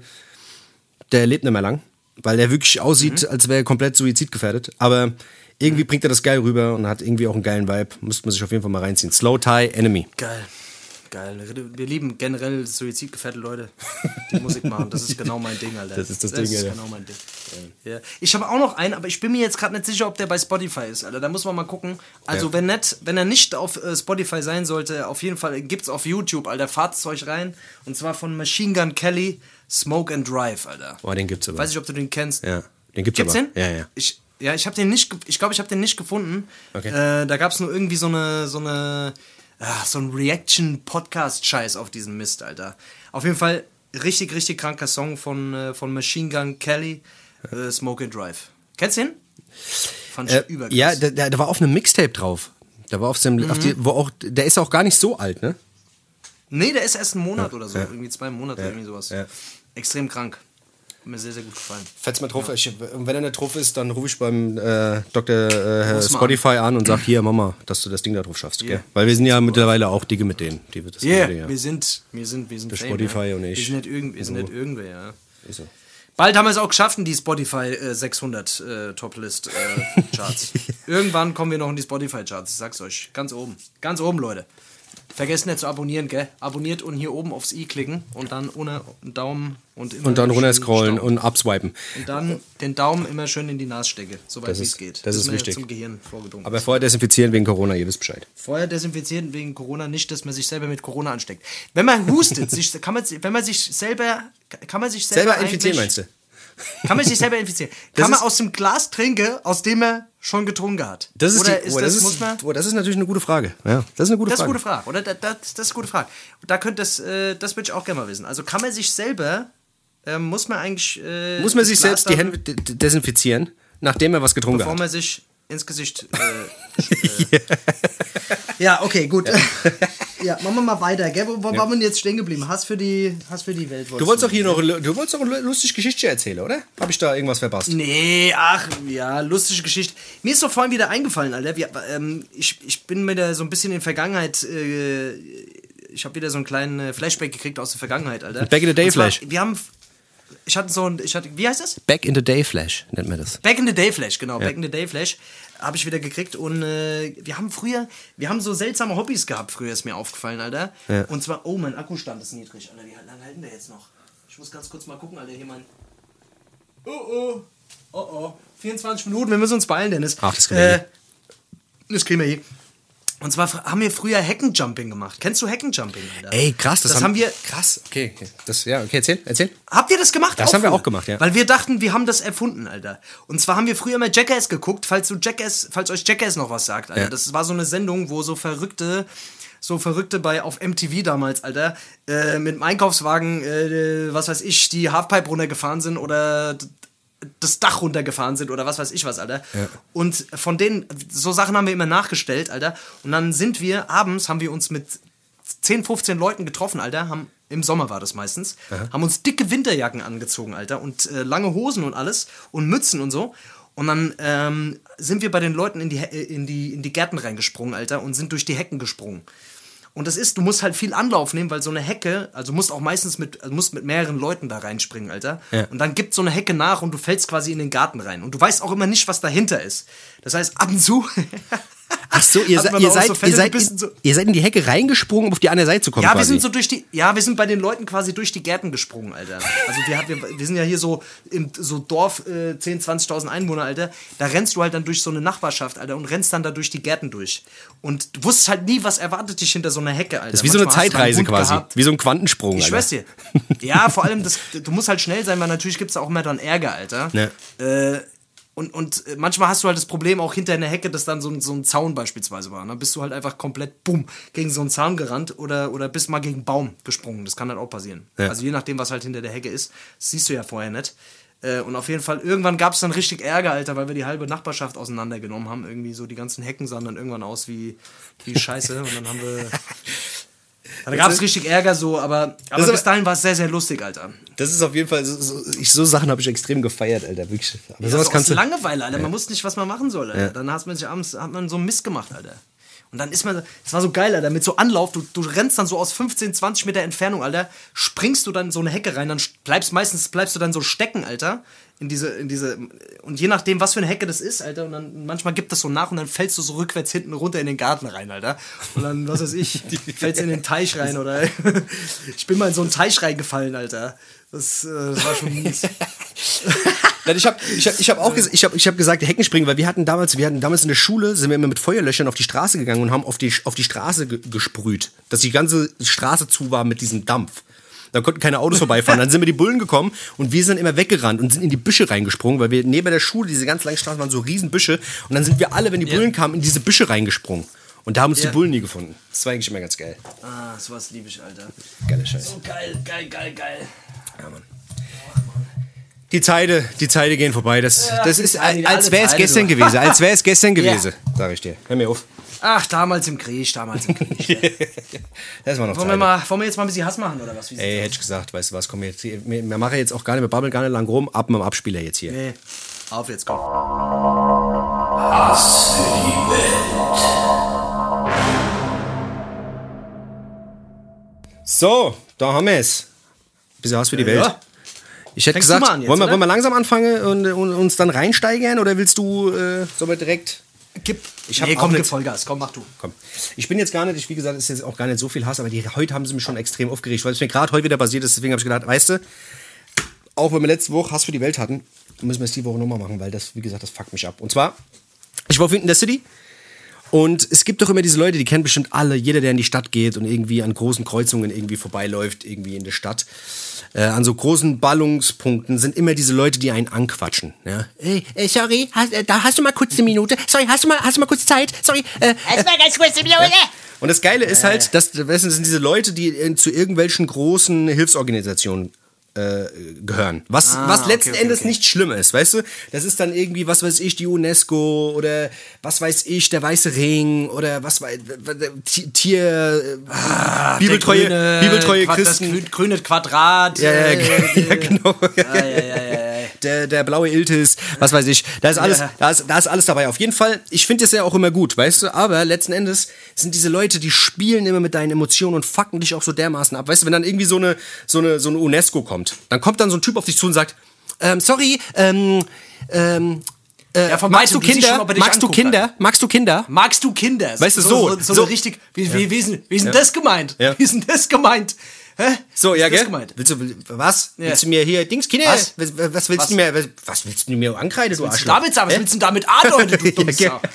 Speaker 3: der lebt nicht mehr lang, weil der wirklich aussieht,
Speaker 2: Mhm.
Speaker 3: als wäre er komplett suizidgefährdet. Aber irgendwie bringt er das geil rüber und hat irgendwie auch einen geilen Vibe. Müsste man sich auf jeden Fall mal reinziehen. Slow Tie, Enemy.
Speaker 2: Geil. Geil. Wir lieben generell suizidgefährdete Leute, die Musik machen. Das ist genau mein Ding, Alter.
Speaker 3: Das ist das
Speaker 2: das
Speaker 3: Ding,
Speaker 2: ist
Speaker 3: Alter.
Speaker 2: genau mein Ding. Ja. Ich habe auch noch einen, aber ich bin mir jetzt gerade nicht sicher, ob der bei Spotify ist, Alter. Da muss man mal gucken. Also
Speaker 3: Ja.
Speaker 2: wenn nicht, wenn er nicht auf äh, Spotify sein sollte, auf jeden Fall gibt's auf YouTube, Alter. Fahrt's euch rein. Und zwar von Machine Gun Kelly, Smoke and Drive, Alter.
Speaker 3: Boah, den gibt's aber.
Speaker 2: Weiß ich, ob du den kennst.
Speaker 3: Ja, den gibt's,
Speaker 2: Gibt's
Speaker 3: aber.
Speaker 2: den?
Speaker 3: Ja, ja.
Speaker 2: Ich, ja, ich habe den nicht, ge- ich glaube, ich habe den nicht gefunden.
Speaker 3: Okay.
Speaker 2: Äh, da gab es nur irgendwie so eine, so eine, ah, so ein Reaction-Podcast-Scheiß auf diesen Mist, Alter. Auf jeden Fall richtig, richtig kranker Song von, äh, von Machine Gun Kelly, äh, Smoke and Drive. Kennst du den? Fand ich
Speaker 3: Äh,
Speaker 2: überkrass.
Speaker 3: ja, der, der, der war auf einem Mixtape drauf. Der war auf dem,
Speaker 2: Mhm.
Speaker 3: auf die, wo auch, der ist auch gar nicht so alt, ne?
Speaker 2: Nee, der ist erst ein Monat oder so,
Speaker 3: ja.
Speaker 2: irgendwie zwei Monate, irgendwie sowas.
Speaker 3: ja.
Speaker 2: Extrem krank. Hat mir sehr, sehr gut gefallen.
Speaker 3: Fetz mal drauf. Ich, wenn er nicht drauf ist, dann rufe ich beim äh, Doktor äh,
Speaker 2: Ruf's mal
Speaker 3: Spotify an und sag, hier, Mama, dass du das Ding da drauf schaffst.
Speaker 2: Yeah.
Speaker 3: Gell? Weil wir sind ja mittlerweile auch dicke mit denen. Die wird das
Speaker 2: Yeah,
Speaker 3: Ding, ja.
Speaker 2: wir sind, wir sind, wir sind
Speaker 3: Der
Speaker 2: Fame,
Speaker 3: Spotify
Speaker 2: ja.
Speaker 3: und ich.
Speaker 2: Wir sind nicht, irgend, wir sind nicht irgendwer, ja.
Speaker 3: Ist so.
Speaker 2: Bald haben wir es auch geschafft in die Spotify äh, sechshundert äh, Toplist äh, Charts. Irgendwann kommen wir noch in die Spotify Charts, ich sag's euch. Ganz oben. Ganz oben, Leute. Vergesst nicht zu abonnieren, gell? Abonniert und hier oben aufs i klicken und dann ohne einen Daumen und immer
Speaker 3: Und dann
Speaker 2: schön
Speaker 3: runter scrollen
Speaker 2: stauchen.
Speaker 3: und abswipen.
Speaker 2: Und dann den Daumen immer schön in die Nase stecke, soweit
Speaker 3: Das
Speaker 2: wie
Speaker 3: ist-
Speaker 2: es geht.
Speaker 3: das ist
Speaker 2: mir
Speaker 3: wichtig.
Speaker 2: zum Gehirn vorgedrungen.
Speaker 3: Aber vorher desinfizieren wegen Corona, ihr wisst Bescheid.
Speaker 2: Vorher desinfizieren wegen Corona nicht, dass man sich selber mit Corona ansteckt. Wenn man hustet, sich, kann man, wenn man sich selber, kann man sich selber,
Speaker 3: Selber infizieren,
Speaker 2: eigentlich-
Speaker 3: meinst du?
Speaker 2: Kann man sich selber infizieren?
Speaker 3: Das
Speaker 2: Kann man
Speaker 3: ist-
Speaker 2: aus dem Glas trinken, aus dem er schon getrunken hat?
Speaker 3: Das ist,
Speaker 2: Oder
Speaker 3: die,
Speaker 2: ist
Speaker 3: oh,
Speaker 2: das,
Speaker 3: das, ist,
Speaker 2: muss man,
Speaker 3: oh, das ist natürlich eine gute Frage. Ja, das ist eine gute
Speaker 2: das ist
Speaker 3: Frage.
Speaker 2: eine gute Frage, oder? Das, das, das ist eine gute Frage. Da könnte das, äh, das würde ich auch gerne mal wissen. Also kann man sich selber, ähm, muss man eigentlich, äh,
Speaker 3: Muss man
Speaker 2: das
Speaker 3: sich
Speaker 2: Glas
Speaker 3: selbst die
Speaker 2: dann,
Speaker 3: Hände de- de- desinfizieren, nachdem er was getrunken
Speaker 2: bevor
Speaker 3: hat?
Speaker 2: man sich ins Gesicht. Äh, äh, ja, okay, gut. Ja, machen wir mal weiter, gell? Wo, wo waren wir denn jetzt stehen geblieben? Hass für die, Hass für die Welt.
Speaker 3: Du wolltest doch hier noch, du wolltest doch eine lustige Geschichte erzählen, oder? Habe ich da irgendwas verpasst?
Speaker 2: Nee, ach, ja, lustige Geschichte. Mir ist doch vorhin wieder eingefallen, Alter. Wir, ähm, ich, ich bin wieder so ein bisschen in Vergangenheit. Äh, ich habe wieder so einen kleinen äh, Flashback gekriegt aus der Vergangenheit, Alter.
Speaker 3: Back in the Day
Speaker 2: Und zwar,
Speaker 3: Flash.
Speaker 2: Wir haben. Ich hatte so ein. Ich hatte, wie heißt das?
Speaker 3: Back in the Day Flash nennt man das.
Speaker 2: Back in the Day Flash, genau. Back in the Day Flash habe ich wieder gekriegt. Und äh, wir haben früher. Wir haben so seltsame Hobbys gehabt, früher ist mir aufgefallen, Alter.
Speaker 3: Ja.
Speaker 2: Und zwar. Oh, mein Akkustand ist niedrig, Alter. Wie lange halten der jetzt noch? Ich muss ganz kurz mal gucken, Alter. Hier mein. Oh, oh. Oh, oh. vierundzwanzig Minuten, wir müssen uns beeilen, Dennis.
Speaker 3: Ach, das kriegen wir
Speaker 2: äh, Das kriegen wir hier. Und zwar fr- haben wir früher Heckenjumping gemacht. Kennst du Heckenjumping, Alter?
Speaker 3: Ey, krass, das,
Speaker 2: Das haben wir-
Speaker 3: Krass, okay, okay. Das, ja, okay, erzähl, erzähl.
Speaker 2: Habt ihr das gemacht?
Speaker 3: Das haben wir
Speaker 2: früher?
Speaker 3: auch gemacht, ja.
Speaker 2: Weil wir dachten, wir haben das erfunden, Alter. Und zwar haben wir früher mal Jackass geguckt, falls du Jackass, falls euch Jackass noch was sagt, Alter.
Speaker 3: Ja.
Speaker 2: Das war so eine Sendung, wo so Verrückte, so Verrückte bei auf M T V damals, Alter, äh, mit dem Einkaufswagen, äh, was weiß ich, die Halfpipe runtergefahren sind oder d- das Dach runtergefahren sind oder was weiß ich was, Alter.
Speaker 3: Ja.
Speaker 2: Und von denen, so Sachen haben wir immer nachgestellt, Alter. Und dann sind wir, abends haben wir uns mit zehn, fünfzehn Leuten getroffen, Alter, haben, im Sommer war das meistens, haben uns dicke Winterjacken angezogen, Alter, und äh, lange Hosen und alles und Mützen und so. Und dann ähm, sind wir bei den Leuten in die, He- in, die, in die Gärten reingesprungen, Alter, und sind durch die Hecken gesprungen. Und das ist, du musst halt viel Anlauf nehmen, weil so eine Hecke, also musst auch meistens mit, also musst mit mehreren Leuten da reinspringen, Alter.
Speaker 3: Ja.
Speaker 2: Und dann gibt so eine Hecke nach und du fällst quasi in den Garten rein. Und du weißt auch immer nicht, was dahinter ist. Das heißt, ab und zu...
Speaker 3: Ach so, ihr, se- ihr, seid,
Speaker 2: so
Speaker 3: ihr, seid,
Speaker 2: in, so
Speaker 3: ihr seid in die Hecke reingesprungen, um auf die andere Seite zu kommen.
Speaker 2: Ja,
Speaker 3: quasi.
Speaker 2: wir sind so durch die, ja, wir sind bei den Leuten quasi durch die Gärten gesprungen, Alter. Also wir, wir, wir sind ja hier so im so Dorf, äh, zehntausend, zwanzigtausend Einwohner, Alter. Da rennst du halt dann durch so eine Nachbarschaft, Alter, und rennst dann da durch die Gärten durch. Und du wusstest halt nie, was erwartet dich hinter so einer Hecke, Alter.
Speaker 3: Das ist wie so eine
Speaker 2: Manchmal hast du
Speaker 3: Zeitreise
Speaker 2: einen Hund
Speaker 3: quasi.
Speaker 2: gehabt.
Speaker 3: Wie so ein Quantensprung,
Speaker 2: Ich
Speaker 3: Alter.
Speaker 2: schwör's dir. Ja, vor allem, das, du musst halt schnell sein, weil natürlich gibt's da auch immer dann Ärger, Alter.
Speaker 3: Ja.
Speaker 2: Äh, Und, und manchmal hast du halt das Problem auch hinter einer Hecke, dass dann so ein, so ein Zaun beispielsweise war. Dann bist du halt einfach komplett, bumm, gegen so einen Zaun gerannt oder, oder bist mal gegen einen Baum gesprungen. Das kann halt auch passieren.
Speaker 3: Ja.
Speaker 2: Also je nachdem, was halt hinter der Hecke ist. Das siehst du ja vorher nicht. Äh, und auf jeden Fall, irgendwann gab es dann richtig Ärger, Alter, weil wir die halbe Nachbarschaft auseinandergenommen haben. Irgendwie so, die ganzen Hecken sahen dann irgendwann aus wie, wie Scheiße. Und dann haben wir... Da gab es richtig Ärger so, aber, aber
Speaker 3: aber-
Speaker 2: bis dahin war es sehr, sehr lustig, Alter.
Speaker 3: Das ist auf jeden Fall, so, so, ich, so Sachen habe ich extrem gefeiert, Alter. Wirklich. Aber
Speaker 2: Das
Speaker 3: sowas
Speaker 2: ist
Speaker 3: kannst
Speaker 2: aus
Speaker 3: du.
Speaker 2: Langeweile, Alter. Man wusste nicht, was man machen soll, Alter.
Speaker 3: Ja.
Speaker 2: Dann hat man sich abends hat man so einen Mist gemacht, Alter. Und dann ist man, das war so geil, Alter, mit so Anlauf, du, du rennst dann so aus fünfzehn, zwanzig Meter Entfernung, Alter, springst du dann in so eine Hecke rein, dann bleibst meistens bleibst du dann so stecken, Alter, in diese, in diese, und je nachdem, was für eine Hecke das ist, Alter, und dann manchmal gibt das so nach und dann fällst du so rückwärts hinten runter in den Garten rein, Alter. Und dann, was weiß ich, fällst in den Teich rein, oder ich bin mal in so einen Teich reingefallen, Alter. Das, äh, das war schon mies.
Speaker 3: Nein, ich habe ich hab, ich hab auch ges- ich hab, ich hab gesagt, Heckenspringen, weil wir hatten damals, wir hatten damals in der Schule, sind wir immer mit Feuerlöschern auf die Straße gegangen und haben auf die, auf die Straße ge- gesprüht, dass die ganze Straße zu war mit diesem Dampf. Da konnten keine Autos vorbeifahren. Dann sind wir die Bullen gekommen und wir sind immer weggerannt und sind in die Büsche reingesprungen, weil wir neben der Schule, diese ganz langen Straßen waren so riesen Büsche und dann sind wir alle, wenn die Bullen kamen, in diese Büsche reingesprungen. Und da haben uns
Speaker 2: Ja.
Speaker 3: die Bullen nie gefunden. Das war eigentlich immer ganz geil.
Speaker 2: Ah, sowas liebe ich, Alter.
Speaker 3: Geile Scheiße.
Speaker 2: So geil, geil, geil, geil.
Speaker 3: Ja, Mann. Die Zeiten, die Zeiten gehen vorbei. Das,
Speaker 2: Ja,
Speaker 3: das
Speaker 2: die
Speaker 3: ist,
Speaker 2: Zeiten,
Speaker 3: als
Speaker 2: alle
Speaker 3: wäre es
Speaker 2: Zeiten,
Speaker 3: gestern
Speaker 2: du.
Speaker 3: gewesen. Als wäre es gestern
Speaker 2: Ja.
Speaker 3: gewesen, sag ich dir. Hör mir auf.
Speaker 2: Ach, damals im Krieg, damals im Krieg.
Speaker 3: Das war noch
Speaker 2: wollen, wir
Speaker 3: Zeit.
Speaker 2: mal, wollen wir jetzt mal ein bisschen Hass machen, oder was? Wie
Speaker 3: Ey, hätte ich gesagt, weißt du was, komm jetzt, wir, wir machen jetzt auch gar nicht, wir babbeln gar nicht lang rum, ab mit dem Abspieler jetzt hier.
Speaker 2: Nee, auf jetzt, komm.
Speaker 3: So, da haben wir es. Bisschen Hass für die
Speaker 2: Ja,
Speaker 3: Welt.
Speaker 2: ja.
Speaker 3: Ich hätte
Speaker 2: Fängst du
Speaker 3: gesagt,
Speaker 2: mal an jetzt,
Speaker 3: wollen, wir,
Speaker 2: oder?
Speaker 3: wollen wir langsam anfangen und, und uns dann reinsteigern oder willst du, äh, sollen wir direkt...
Speaker 2: Gib.
Speaker 3: Ich hab
Speaker 2: nee,
Speaker 3: auch
Speaker 2: komm,
Speaker 3: nicht-
Speaker 2: gib Vollgas, komm, mach du.
Speaker 3: Komm. Ich bin jetzt gar nicht, ich, wie gesagt, ist jetzt auch gar nicht so viel Hass, aber die, heute haben sie mich schon extrem aufgeregt, weil es mir gerade heute wieder passiert ist. Deswegen habe ich gedacht, weißt du, auch wenn wir letzte Woche Hass für die Welt hatten, müssen wir es die Woche nochmal machen, weil das, wie gesagt, das fuckt mich ab. Und zwar, ich war vorhin in der City und es gibt doch immer diese Leute, die kennen bestimmt alle, jeder, der in die Stadt geht und irgendwie an großen Kreuzungen irgendwie vorbeiläuft, irgendwie in der Stadt. Äh, an so großen Ballungspunkten sind immer diese Leute, die einen anquatschen. Ja? Hey, äh, sorry, hast, äh, da hast du mal kurz eine Minute. Sorry, hast du mal, hast du mal kurz Zeit? Sorry. Äh,
Speaker 4: Erstmal ganz kurz im Minute.
Speaker 3: und das Geile ist halt, dass, das sind diese Leute, die äh, zu irgendwelchen großen Hilfsorganisationen äh, gehören. Was,
Speaker 2: Ah,
Speaker 3: was
Speaker 2: okay,
Speaker 3: letzten
Speaker 2: okay,
Speaker 3: Endes
Speaker 2: okay.
Speaker 3: nicht schlimm ist, weißt du? Das ist dann irgendwie, was weiß ich, die UNESCO oder was weiß ich, der Weiße Ring oder was weiß Ti- Tier, äh,
Speaker 2: Ah,
Speaker 3: Bibeltreue,
Speaker 2: der grüne
Speaker 3: Bibeltreue
Speaker 2: Quad-
Speaker 3: Christen.
Speaker 2: Das grü- grüne Quadrat.
Speaker 3: Ja, ja,
Speaker 2: äh,
Speaker 3: ja, genau.
Speaker 2: Ah, ja, ja, ja, ja.
Speaker 3: Der, der blaue Iltis, was weiß ich. Da ist alles,
Speaker 2: Ja.
Speaker 3: da ist, da ist alles dabei. Auf jeden Fall, ich finde das ja auch immer gut, weißt du? Aber letzten Endes sind diese Leute, die spielen immer mit deinen Emotionen und fucken dich auch so dermaßen ab. Weißt du, wenn dann irgendwie so eine, so eine, so eine UNESCO kommt, dann kommt dann so ein Typ auf dich zu und sagt, ähm, sorry, ähm, ähm, äh,
Speaker 2: Ja, von
Speaker 3: magst du
Speaker 2: weitem, du siehst
Speaker 3: Kinder?
Speaker 2: schon, ob er dich
Speaker 3: Magst du
Speaker 2: anguckt,
Speaker 3: Kinder?
Speaker 2: Alter.
Speaker 3: Magst du Kinder?
Speaker 2: Magst du Kinder?
Speaker 3: Weißt du,
Speaker 2: so,
Speaker 3: so-
Speaker 2: so, so,
Speaker 3: so-
Speaker 2: eine richtig. Wie, wie, wie, ist denn- wie ist denn
Speaker 3: Ja.
Speaker 2: das gemeint?
Speaker 3: Ja.
Speaker 2: Wie ist denn das gemeint? Hä?
Speaker 3: So,
Speaker 2: Wie
Speaker 3: ja,
Speaker 2: ist das
Speaker 3: gell?
Speaker 2: gemeint?
Speaker 3: Willst du, will- was?
Speaker 2: Ja.
Speaker 3: Willst du mir hier, Dings, Kinder?
Speaker 2: Was?
Speaker 3: Was, was willst
Speaker 2: Was?
Speaker 3: du mir, was, was willst du mir ankreiden, du
Speaker 2: Was willst du
Speaker 3: Arschloch?
Speaker 2: damit sagen? Was
Speaker 3: Hä?
Speaker 2: willst du damit andeuten, du dummes
Speaker 3: Ja,
Speaker 2: Sau?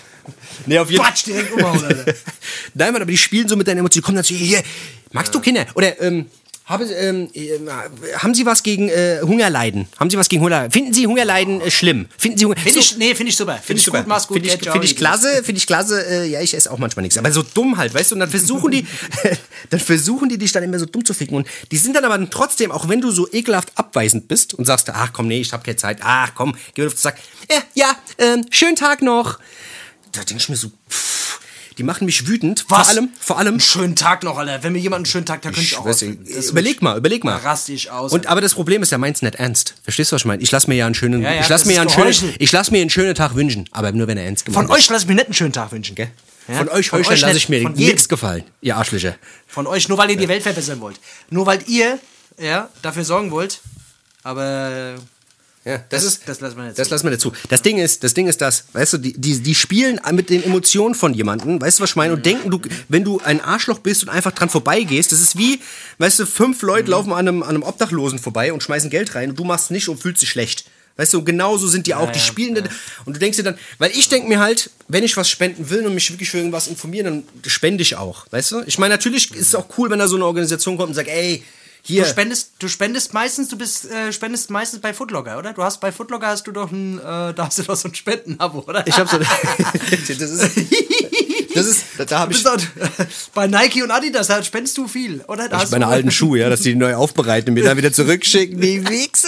Speaker 3: Nee, auf jeden
Speaker 2: Quatsch, direkt umhauen, Alter.
Speaker 3: Nein, Mann, aber die spielen so mit deinen Emotionen. Die kommen dann zu hier, magst du Kinder? Oder, ähm, haben, Sie, ähm, äh, haben Sie was gegen äh, Hungerleiden? Haben Sie was gegen Hungerleiden? Finden Sie Hungerleiden äh, schlimm? Finden Sie Hunger...
Speaker 2: Finde ich, nee, finde ich super. Finde ich gut, mach's gut.
Speaker 3: Finde ich,
Speaker 2: Geld, ciao,
Speaker 3: find ich
Speaker 2: liebes.
Speaker 3: klasse, finde ich klasse. Äh, ja, ich esse auch manchmal nichts. Aber so dumm halt, weißt du? Und dann versuchen die, dann versuchen die dich dann immer so dumm zu ficken. Und die sind dann aber trotzdem, auch wenn du so ekelhaft abweisend bist und sagst, ach komm, nee, ich hab keine Zeit. Ach komm, geh mir auf den Sack. Ja, ja, ähm, schönen Tag noch. Da denk ich mir so, pff, die machen mich wütend.
Speaker 2: Was?
Speaker 3: Vor allem, vor allem.
Speaker 2: Einen schönen Tag noch, Alter. Wenn mir jemand einen schönen Tag, da könnte ich auch.
Speaker 3: Weiß
Speaker 2: was-
Speaker 3: nicht,
Speaker 2: das-
Speaker 3: überleg mal, überleg mal.
Speaker 2: Da raste ich aus.
Speaker 3: Und, aber das Problem ist, er meint's nicht ernst. Verstehst du, was ich meine? Ich lass mir ja einen schönen,
Speaker 2: Ja, ja,
Speaker 3: ich lass
Speaker 2: das
Speaker 3: mir ja
Speaker 2: ist
Speaker 3: einen schönen,
Speaker 2: Geheuchel.
Speaker 3: ich lass mir einen schönen Tag wünschen. Aber nur, wenn er ernst gemeint
Speaker 2: Von
Speaker 3: ist.
Speaker 2: euch lasse ich mir nicht einen schönen Tag wünschen.
Speaker 3: Gell?
Speaker 2: Ja?
Speaker 3: Von euch Heuchlern lasse ich mir
Speaker 2: von
Speaker 3: nichts gefallen, ihr Arschlöcher.
Speaker 2: Von euch, nur weil ihr die Welt verbessern wollt. Nur weil ihr ja, dafür sorgen wollt. Aber
Speaker 3: ja, das,
Speaker 2: das,
Speaker 3: ist,
Speaker 2: das lassen wir jetzt
Speaker 3: das lassen wir dazu. Das Ding ist, das Ding ist das, weißt du, die, die, die spielen mit den Emotionen von jemandem, weißt du, was ich meine? Und denken, du, wenn du ein Arschloch bist und einfach dran vorbeigehst, das ist wie, weißt du, fünf Leute mhm. laufen an einem, an einem Obdachlosen vorbei und schmeißen Geld rein und du machst nicht und fühlst dich schlecht. Weißt du, genauso sind die auch, ja, die spielen ja. Und du denkst dir dann, weil ich denke mir halt, wenn ich was spenden will und mich wirklich für irgendwas informieren, dann spende ich auch, weißt du? Ich meine, natürlich ist es auch cool, wenn da so eine Organisation kommt und sagt, ey, hier.
Speaker 2: Du spendest, du spendest meistens, du bist, äh, spendest meistens bei Footlocker, oder? Du hast bei Footlocker hast du doch ein, äh, da hast du doch so ein Spendenabo, oder?
Speaker 3: Ich hab so, das ist, das ist, da, da habe ich.
Speaker 2: Dort, bei Nike und Adidas, da spendest du viel, oder? Da
Speaker 3: ich
Speaker 2: hast
Speaker 3: meine
Speaker 2: du
Speaker 3: alten Schuhe, ja, dass die, die neu aufbereiten und mir dann wieder zurückschicken, die Wichse!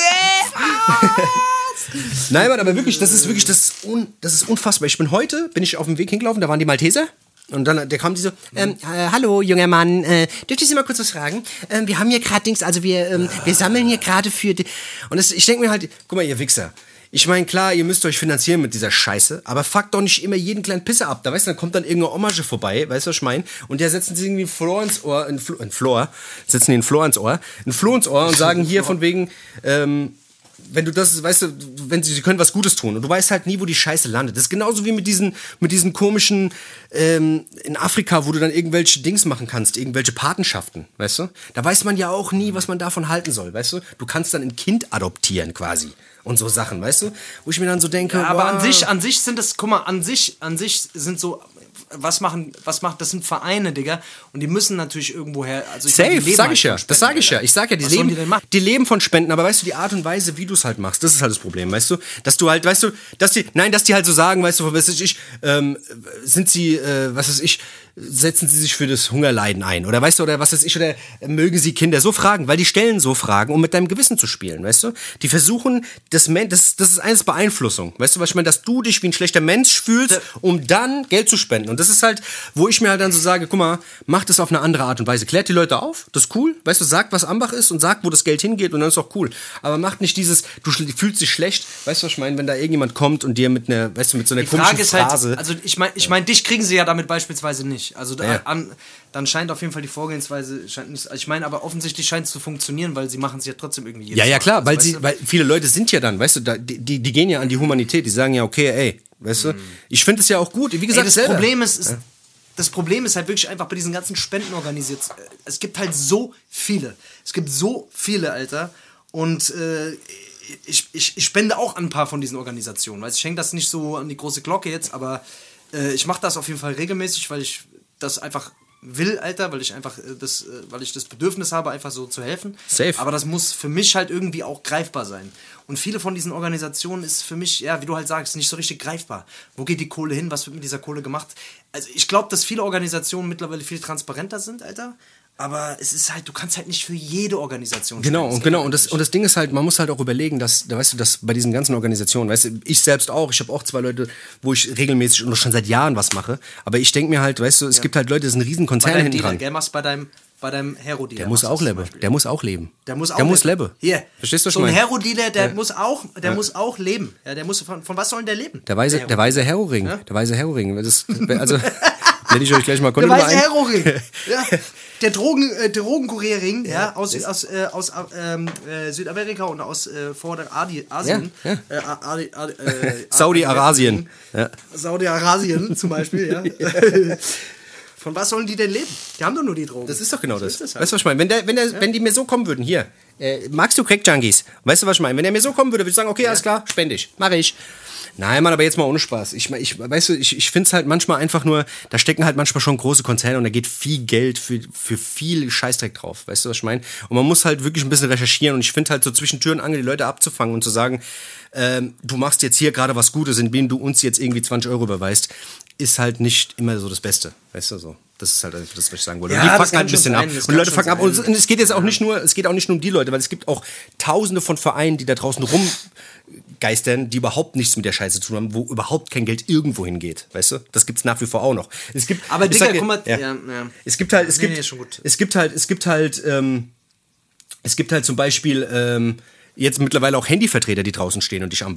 Speaker 3: Nein, Mann, aber wirklich, das ist wirklich, das ist, un, das ist unfassbar. Ich bin heute, bin ich auf dem Weg hingelaufen, da waren die Malteser. Und dann der kam die so, ähm, äh, hallo, junger Mann, äh, dürfte ich Sie mal kurz was fragen? Ähm, wir haben hier gerade Dings, also wir, ähm, wir sammeln hier gerade für... Die und das, ich denke mir halt, guck mal, ihr Wichser. Ich meine, klar, ihr müsst euch finanzieren mit dieser Scheiße, aber fuckt doch nicht immer jeden kleinen Pisser ab. Da weißt du, dann kommt dann irgendeine Hommage vorbei, weißt du, was ich meine? Und der setzen sie irgendwie ein Flor ins Ohr, ein, Flo, ein Flor, setzen den Flor ins Ohr, ein Floh ins Ohr und sagen hier von wegen, ähm, wenn du das, weißt du, wenn sie, sie können was Gutes tun und du weißt halt nie, wo die Scheiße landet. Das ist genauso wie mit diesen, mit diesen komischen, ähm, in Afrika, wo du dann irgendwelche Dings machen kannst, irgendwelche Patenschaften, weißt du? Da weiß man ja auch nie, was man davon halten soll, weißt du? Du kannst dann ein Kind adoptieren quasi und so Sachen, weißt du? Wo ich mir dann so denke,
Speaker 2: ja, aber
Speaker 3: wow.
Speaker 2: an sich, an sich sind das, guck mal, an sich, an sich sind so, was machen, was macht, das sind Vereine, Digga, und die müssen natürlich irgendwoher, also ich
Speaker 3: Safe,
Speaker 2: meine,
Speaker 3: sag
Speaker 2: halt
Speaker 3: ich ja, das sage ich ja, ich sag ja, die leben, die, die leben von Spenden, aber weißt du, die Art und Weise, wie du es halt machst, das ist halt das Problem, weißt du, dass du halt, weißt du, dass die, nein, dass die halt so sagen, weißt du, was weiß ich, ähm, sind sie, äh, was weiß ich, setzen sie sich für das Hungerleiden ein, oder weißt du, oder was weiß ich, oder mögen sie Kinder, so Fragen, weil die stellen so Fragen, um mit deinem Gewissen zu spielen, weißt du, die versuchen, das, das, das ist eines Beeinflussung, weißt du, was ich meine, dass du dich wie ein schlechter Mensch fühlst, um dann Geld zu spenden, und das ist halt, wo ich mir halt dann so sage, guck mal, mach das auf eine andere Art und Weise, klärt die Leute auf, das ist cool, weißt du, sagt, was Ambach ist und sagt, wo das Geld hingeht, und dann ist auch cool, aber macht nicht dieses, du fühlst dich schlecht, weißt du, was ich meine, wenn da irgendjemand kommt und dir mit einer, weißt du, mit so einer
Speaker 2: die
Speaker 3: komischen
Speaker 2: Frage ist
Speaker 3: Phrase,
Speaker 2: halt, also ich meine, ich mein, dich kriegen sie ja damit beispielsweise nicht. Also da,
Speaker 3: ja.
Speaker 2: an, dann scheint auf jeden Fall die Vorgehensweise scheint nicht. Ich meine, aber offensichtlich scheint es zu funktionieren, weil sie machen es ja trotzdem irgendwie jedes
Speaker 3: Ja, ja, klar,
Speaker 2: Mal.
Speaker 3: weil,
Speaker 2: also,
Speaker 3: sie, weil viele Leute sind ja dann, weißt du, da, die, die gehen ja an die Humanität, die sagen ja, okay, ey, weißt du, ich finde es ja auch gut, wie gesagt,
Speaker 2: ey, das
Speaker 3: selber.
Speaker 2: Problem ist, ist ja. das Problem ist halt wirklich einfach bei diesen ganzen Spenden organisiert. Es gibt halt so viele. Es gibt so viele, Alter. Und äh, ich, ich, ich spende auch an ein paar von diesen Organisationen. Weißt, ich hänge das nicht so an die große Glocke jetzt, aber äh, ich mache das auf jeden Fall regelmäßig, weil ich das einfach will, Alter, weil ich einfach äh, das, äh, weil ich das Bedürfnis habe, einfach so zu helfen.
Speaker 3: Safe.
Speaker 2: Aber das muss für mich halt irgendwie auch greifbar sein. Und viele von diesen Organisationen ist für mich, ja, wie du halt sagst, nicht so richtig greifbar. Wo geht die Kohle hin? Was wird mit dieser Kohle gemacht? Also ich glaube, dass viele Organisationen mittlerweile viel transparenter sind, Alter. Aber es ist halt, du kannst halt nicht für jede Organisation
Speaker 3: Genau,
Speaker 2: spenden.
Speaker 3: und genau, und das, und das Ding ist halt, man muss halt auch überlegen, dass, da weißt du, dass bei diesen ganzen Organisationen, weißt du, ich selbst auch, ich habe auch zwei Leute, wo ich regelmäßig und schon seit Jahren was mache, aber ich denke mir halt, weißt du, es ja. gibt halt Leute, das sind riesen Konzerne hinten dran.
Speaker 2: Gell, machst bei deinem, bei deinem Hero-Dealer.
Speaker 3: Der muss auch leben, der muss auch leben.
Speaker 2: Der muss auch
Speaker 3: der
Speaker 2: leben.
Speaker 3: muss leben.
Speaker 2: Hier.
Speaker 3: Verstehst du, was
Speaker 2: so
Speaker 3: ich meine?
Speaker 2: ein Hero-Dealer, der
Speaker 3: ja.
Speaker 2: muss auch, der
Speaker 3: ja.
Speaker 2: muss auch leben. Ja, der muss, von, von was soll denn der leben?
Speaker 3: Der weise, der, der weise Hero-Ring, ja? der weise Hero-Ring, das, also, nenne ich euch gleich mal
Speaker 2: Der weiße Hero-Ring. Ja. Der Drogen, äh, Drogenkurierring, ja, ja, aus, aus, äh, aus ähm, äh, Südamerika und aus äh, Vorderasien.
Speaker 3: Ja, ja.
Speaker 2: Äh, Adi, Adi, äh,
Speaker 3: Saudi-Arabien. Ja.
Speaker 2: Saudi-Arabien zum Beispiel, ja. Von was sollen die denn leben? Die haben doch nur die Drogen.
Speaker 3: Das ist doch genau so das.
Speaker 2: das halt.
Speaker 3: Weißt du, was ich meine? Wenn, der, wenn, der, ja. wenn die mir so kommen würden, hier, äh, magst du Crack-Junkies? Weißt du, was ich meine? Wenn der mir so kommen würde, würde ich sagen, okay, ja. alles klar, spende ich, mache ich. Nein, Mann, aber jetzt mal ohne Spaß. Ich, ich, weißt du, ich, ich finde es halt manchmal einfach nur, da stecken halt manchmal schon große Konzerne und da geht viel Geld für, für viel Scheißdreck drauf. Weißt du, was ich meine? Und man muss halt wirklich ein bisschen recherchieren und ich finde halt so zwischen Tür und Angel die Leute abzufangen und zu sagen, ähm, du machst jetzt hier gerade was Gutes, indem du uns jetzt irgendwie zwanzig Euro überweist, ist halt nicht immer so das Beste. Weißt du, so. Das ist halt das, was ich sagen wollte.
Speaker 2: Ja,
Speaker 3: und die
Speaker 2: das
Speaker 3: fucken halt ein bisschen ab.
Speaker 2: Sein,
Speaker 3: Und die Leute fucken ab. Und es geht jetzt auch nicht nur, es geht auch nicht nur um die Leute, weil es gibt auch tausende von Vereinen, die da draußen rumgeistern, die überhaupt nichts mit der Scheiße zu tun haben, wo überhaupt kein Geld irgendwo hingeht. Weißt du? Das gibt's nach wie vor auch noch. Es gibt,
Speaker 2: aber Digga,
Speaker 3: sag,
Speaker 2: guck mal,
Speaker 3: ja,
Speaker 2: ja, ja.
Speaker 3: Es gibt halt, es
Speaker 2: nee,
Speaker 3: gibt,
Speaker 2: nee, schon gut.
Speaker 3: es gibt halt, es gibt halt, ähm, es gibt halt zum Beispiel, ähm, jetzt mittlerweile auch Handyvertreter, die draußen stehen und dich anbammeln.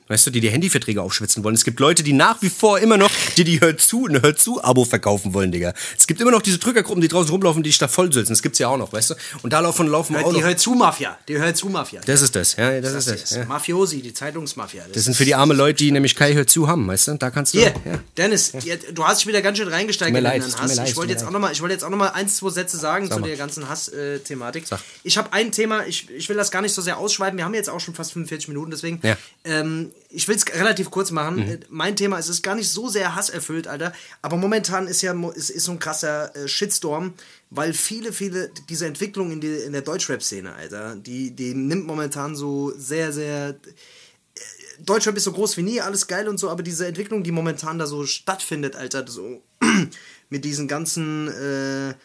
Speaker 3: Weißt du, die die Handyverträge aufschwitzen wollen. Es gibt Leute, die nach wie vor immer noch dir die Hör zu, ein Hör zu Abo verkaufen wollen, Digga. Es gibt immer noch diese Drückergruppen, die draußen rumlaufen, die dich da vollsülzen. Das gibt's ja auch noch, weißt du? Und da laufen laufen auch
Speaker 2: Die
Speaker 3: noch.
Speaker 2: Hör zu Mafia, die Hör zu Mafia.
Speaker 3: Das ist das, ja, das,
Speaker 2: Das
Speaker 3: ist
Speaker 2: ist
Speaker 3: das. Ja.
Speaker 2: Mafiosi, die Zeitungsmafia.
Speaker 3: Das sind für die armen Leute, die nämlich kein Hör zu haben, weißt du? Da kannst du.
Speaker 2: Hier,
Speaker 3: Ja.
Speaker 2: Dennis, ja, du hast dich wieder ganz schön reingesteigert
Speaker 3: Tut mir
Speaker 2: in
Speaker 3: leid,
Speaker 2: deinen
Speaker 3: tut mir
Speaker 2: Hass.
Speaker 3: leid,
Speaker 2: Ich wollte
Speaker 3: tut mir
Speaker 2: jetzt auch
Speaker 3: leid.
Speaker 2: noch mal, ich wollte jetzt auch noch mal ein, zwei Sätze sagen
Speaker 3: Sag
Speaker 2: zu
Speaker 3: mal.
Speaker 2: der ganzen Hass-Thematik.
Speaker 3: Sag.
Speaker 2: Ich habe ein Thema, ich, ich will das gar nicht so sehr ausschweifen. Wir haben jetzt auch schon fast fünfundvierzig Minuten, deswegen.
Speaker 3: Ja.
Speaker 2: Ähm, ich will es relativ kurz machen.
Speaker 3: Mhm.
Speaker 2: Äh, Mein Thema es ist gar nicht so sehr hasserfüllt, Alter. Aber momentan ist ja mo- ist, ist so ein krasser äh, Shitstorm, weil viele, viele diese Entwicklung in, die, in der Deutschrap-Szene, Alter, die, die nimmt momentan so sehr, sehr. Deutschrap ist so groß wie nie, alles geil und so, aber diese Entwicklung, die momentan da so stattfindet, Alter, so mit diesen ganzen äh,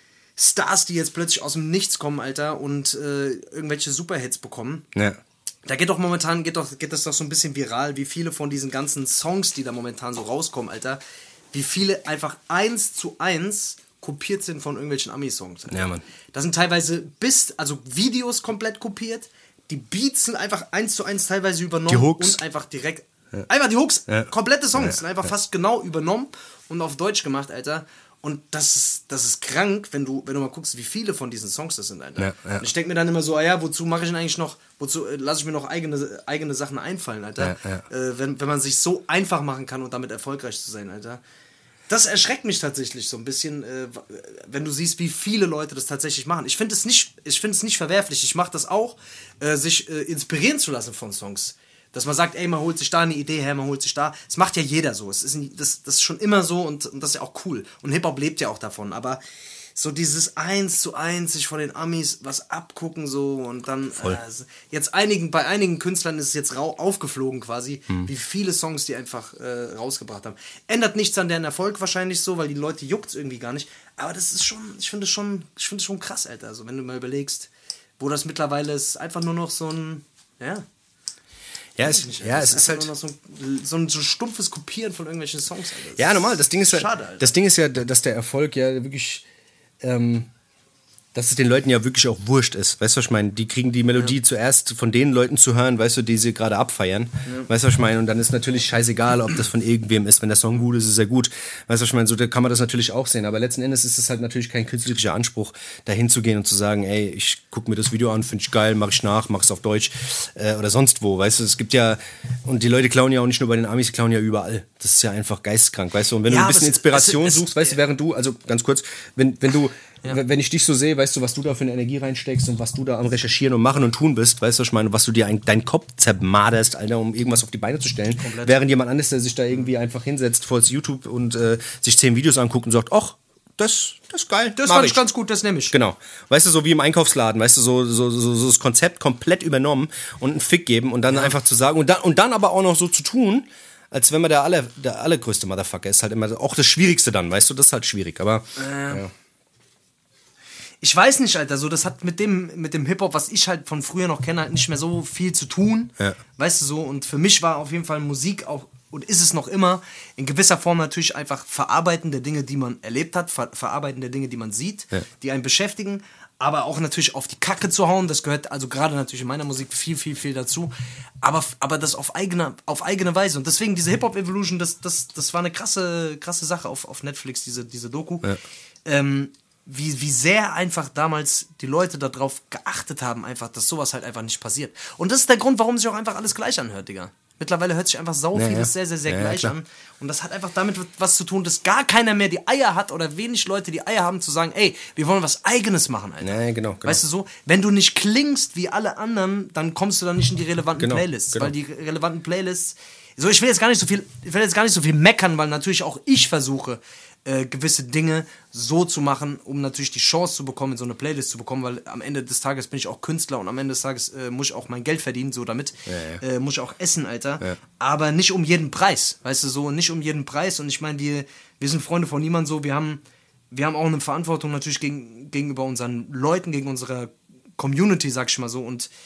Speaker 2: Stars, die jetzt plötzlich aus dem Nichts kommen, Alter, und äh, irgendwelche Superhits bekommen.
Speaker 3: Ja.
Speaker 2: Da geht doch momentan, geht doch, geht das doch so ein bisschen viral, wie viele von diesen ganzen Songs, die da momentan so rauskommen, Alter, wie viele einfach eins zu eins kopiert sind von irgendwelchen Ami-Songs. Alter.
Speaker 3: Ja, Mann.
Speaker 2: Da sind teilweise bis, also Videos komplett kopiert, die Beats sind einfach eins zu eins teilweise übernommen
Speaker 3: Die Hooks.
Speaker 2: und einfach direkt, ja. einfach die Hooks,
Speaker 3: Ja.
Speaker 2: komplette Songs
Speaker 3: Ja.
Speaker 2: sind einfach
Speaker 3: Ja.
Speaker 2: fast genau übernommen und auf Deutsch gemacht, Alter. Und das ist, das ist krank, wenn du, wenn du mal guckst, wie viele von diesen Songs das sind, Alter.
Speaker 3: Ja, ja.
Speaker 2: Und ich denke mir dann immer so, ah ja, wozu mache ich denn eigentlich noch, wozu äh, lasse ich mir noch eigene, eigene Sachen einfallen, Alter.
Speaker 3: Ja,
Speaker 2: Äh, wenn, wenn man sich so einfach machen kann und damit erfolgreich zu sein, Alter. Das erschreckt mich tatsächlich so ein bisschen, äh, wenn du siehst, wie viele Leute das tatsächlich machen. Ich finde es nicht, ich finde es nicht verwerflich. Ich mache das auch, äh, sich äh, inspirieren zu lassen von Songs. Dass man sagt, ey, man holt sich da eine Idee her, man holt sich da. Das macht ja jeder so. Es ist nie, das, das ist schon immer so und, und das ist ja auch cool. Und Hip-Hop lebt ja auch davon. Aber so dieses eins zu eins, sich von den Amis was abgucken so und dann äh, jetzt einigen, bei einigen Künstlern ist es jetzt rau aufgeflogen quasi,
Speaker 3: Hm.
Speaker 2: wie viele Songs die einfach äh, rausgebracht haben. Ändert nichts an deren Erfolg wahrscheinlich so, weil die Leute juckt's irgendwie gar nicht. Aber das ist schon, ich finde es schon, ich finde es schon krass, Alter. Also wenn du mal überlegst, wo das mittlerweile ist, einfach nur noch so ein, ja.
Speaker 3: Ja, es,
Speaker 2: Nicht,
Speaker 3: ja, es ist
Speaker 2: einfach
Speaker 3: halt.
Speaker 2: nur noch so ein, so ein so stumpfes Kopieren von irgendwelchen Songs, Alter. Das
Speaker 3: Ja,
Speaker 2: ist
Speaker 3: normal. Das Ding ist ja,
Speaker 2: schade, Alter.
Speaker 3: das Ding ist ja, dass der Erfolg ja wirklich, ähm, dass es den Leuten ja wirklich auch wurscht ist. Weißt du, was ich meine? Die kriegen die Melodie ja. zuerst von den Leuten zu hören, weißt du, die sie gerade abfeiern. Ja. Weißt du, was ich meine? Und dann ist natürlich scheißegal, ob das von irgendwem ist. Wenn der Song gut ist, ist er gut. Weißt du, was ich meine? So da kann man das natürlich auch sehen. Aber letzten Endes ist es halt natürlich kein künstlerischer Anspruch, dahin zu gehen und zu sagen, ey, ich gucke mir das Video an, finde ich geil, mach ich nach, mach es auf Deutsch äh, oder sonst wo. Weißt du, es gibt ja, und die Leute klauen ja auch nicht nur bei den Amis, die klauen ja überall. Das ist ja einfach geisteskrank, weißt du? Und wenn
Speaker 2: Ja,
Speaker 3: du ein bisschen
Speaker 2: es-
Speaker 3: Inspiration
Speaker 2: es- es-
Speaker 3: suchst, weißt du, während du, also ganz kurz, wenn, wenn du Ja. Wenn ich dich so sehe, weißt du, was du da für eine Energie reinsteckst und was du da am Recherchieren und Machen und Tun bist, weißt du, was ich meine, was du dir ein, deinen Kopf zermaderst, Alter, um irgendwas auf die Beine zu stellen,
Speaker 2: Komplett.
Speaker 3: während jemand anderes, der sich da irgendwie einfach hinsetzt vor das YouTube und äh, sich zehn Videos anguckt und sagt, ach, das, das ist geil,
Speaker 2: Das
Speaker 3: mach
Speaker 2: fand ich ganz gut, das nehme ich.
Speaker 3: Genau. Weißt du, so wie im Einkaufsladen, weißt du, so, so, so, so das Konzept komplett übernommen und einen Fick geben und dann einfach zu sagen und dann, und dann aber auch noch so zu tun, als wenn man der, aller, der allergrößte Motherfucker ist, halt immer auch das Schwierigste dann, weißt du, das ist halt schwierig, aber
Speaker 2: Äh.
Speaker 3: ja.
Speaker 2: Ich weiß nicht, Alter, so, das hat mit dem, mit dem Hip-Hop, was ich halt von früher noch kenne, halt nicht mehr so viel zu tun.
Speaker 3: Ja.
Speaker 2: Weißt du so, und für mich war auf jeden Fall Musik auch, und ist es noch immer, in gewisser Form natürlich einfach Verarbeiten der Dinge, die man erlebt hat, ver Verarbeiten der Dinge, die man sieht,
Speaker 3: Ja.
Speaker 2: die einen beschäftigen, aber auch natürlich auf die Kacke zu hauen, das gehört also gerade natürlich in meiner Musik viel, viel, viel dazu, aber, aber das auf eigene, auf eigene Weise. Und deswegen diese Hip-Hop-Evolution, das, das, das war eine krasse, krasse Sache auf, auf Netflix, diese, diese Doku.
Speaker 3: Ja.
Speaker 2: Ähm, wie, wie sehr einfach damals die Leute darauf geachtet haben, einfach, dass sowas halt einfach nicht passiert. Und das ist der Grund, warum sich auch einfach alles gleich anhört, Digga. Mittlerweile hört sich einfach sau
Speaker 3: Ja,
Speaker 2: vieles
Speaker 3: ja.
Speaker 2: sehr, sehr, sehr
Speaker 3: Ja, ja,
Speaker 2: gleich
Speaker 3: klar.
Speaker 2: an. Und das hat einfach damit was zu tun, dass gar keiner mehr die Eier hat oder wenig Leute die Eier haben zu sagen, ey, wir wollen was Eigenes machen, Alter.
Speaker 3: Ja, genau, genau.
Speaker 2: Weißt du so, wenn du nicht klingst wie alle anderen, dann kommst du dann nicht in die relevanten
Speaker 3: Genau,
Speaker 2: Playlists.
Speaker 3: genau.
Speaker 2: Weil die relevanten Playlists, so ich will jetzt gar nicht so viel, ich will jetzt gar nicht so viel meckern, weil natürlich auch ich versuche, äh, gewisse Dinge so zu machen, um natürlich die Chance zu bekommen, in so eine Playlist zu bekommen, weil am Ende des Tages bin ich auch Künstler und am Ende des Tages äh, muss ich auch mein Geld verdienen, so damit
Speaker 3: Ja, ja.
Speaker 2: Äh, muss ich auch essen, Alter.
Speaker 3: Ja.
Speaker 2: Aber nicht um jeden Preis, weißt du, so nicht um jeden Preis. Und ich meine, wir, wir sind Freunde von niemandem so, wir haben, wir haben auch eine Verantwortung natürlich gegen, gegenüber unseren Leuten, gegen unsere Community, sag ich mal so. Und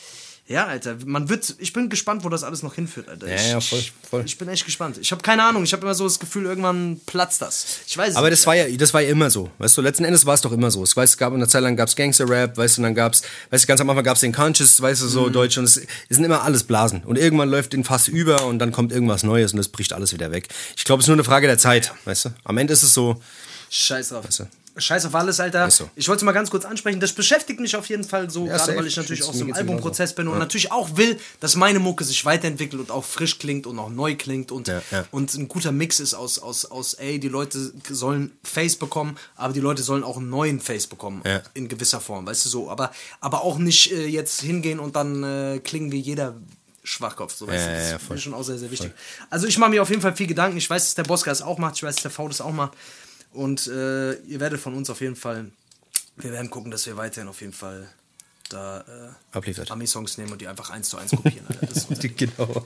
Speaker 2: Ja, Alter, man wird, ich bin gespannt, wo das alles noch hinführt, Alter.
Speaker 3: Ja,
Speaker 2: ich,
Speaker 3: ja, voll, voll.
Speaker 2: Ich bin echt gespannt. Ich habe keine Ahnung, ich habe immer so das Gefühl, irgendwann platzt das. Ich weiß es
Speaker 3: Aber
Speaker 2: nicht.
Speaker 3: das war ja, das war ja immer so, weißt du, letzten Endes war es doch immer so. Ich weiß, es gab eine Zeit lang gab's Gangster-Rap, weißt du, und dann gab's, weißt du, ganz am Anfang gab's den Conscious, weißt du, so mhm. Deutsch, und es, es sind immer alles Blasen. Und irgendwann läuft den Fass über und dann kommt irgendwas Neues und das bricht alles wieder weg. Ich glaube, es ist nur eine Frage der Zeit, weißt du. Am Ende ist es so.
Speaker 2: Scheiß drauf.
Speaker 3: Weißt du?
Speaker 2: Scheiß auf alles, Alter.
Speaker 3: So.
Speaker 2: Ich wollte es mal ganz kurz ansprechen. Das beschäftigt mich auf jeden Fall so,
Speaker 3: ja,
Speaker 2: gerade
Speaker 3: safe.
Speaker 2: weil ich natürlich auch so im
Speaker 3: Mir geht's
Speaker 2: Albumprozess bin und
Speaker 3: ja.
Speaker 2: natürlich auch will, dass meine Mucke sich weiterentwickelt und auch frisch klingt und auch neu klingt und,
Speaker 3: ja, ja.
Speaker 2: und ein guter Mix ist aus, aus, aus, ey, die Leute sollen Face bekommen, aber die Leute sollen auch einen neuen Face bekommen,
Speaker 3: ja.
Speaker 2: in gewisser Form, weißt du so. Aber, aber auch nicht äh, jetzt hingehen und dann äh, klingen wie jeder Schwachkopf, so, weißt
Speaker 3: ja,
Speaker 2: du. Das
Speaker 3: ja, ja,
Speaker 2: ist
Speaker 3: voll.
Speaker 2: mir schon auch sehr, sehr wichtig. Voll. Also ich mache mir auf jeden Fall viel Gedanken. Ich weiß, dass der Bosca das auch macht, ich weiß, dass der V das auch macht. Und äh, ihr werdet von uns auf jeden Fall, wir werden gucken, dass wir weiterhin auf jeden Fall da äh, Ami-Songs nehmen und die einfach eins zu eins kopieren. Alter. Das ist
Speaker 3: die, genau.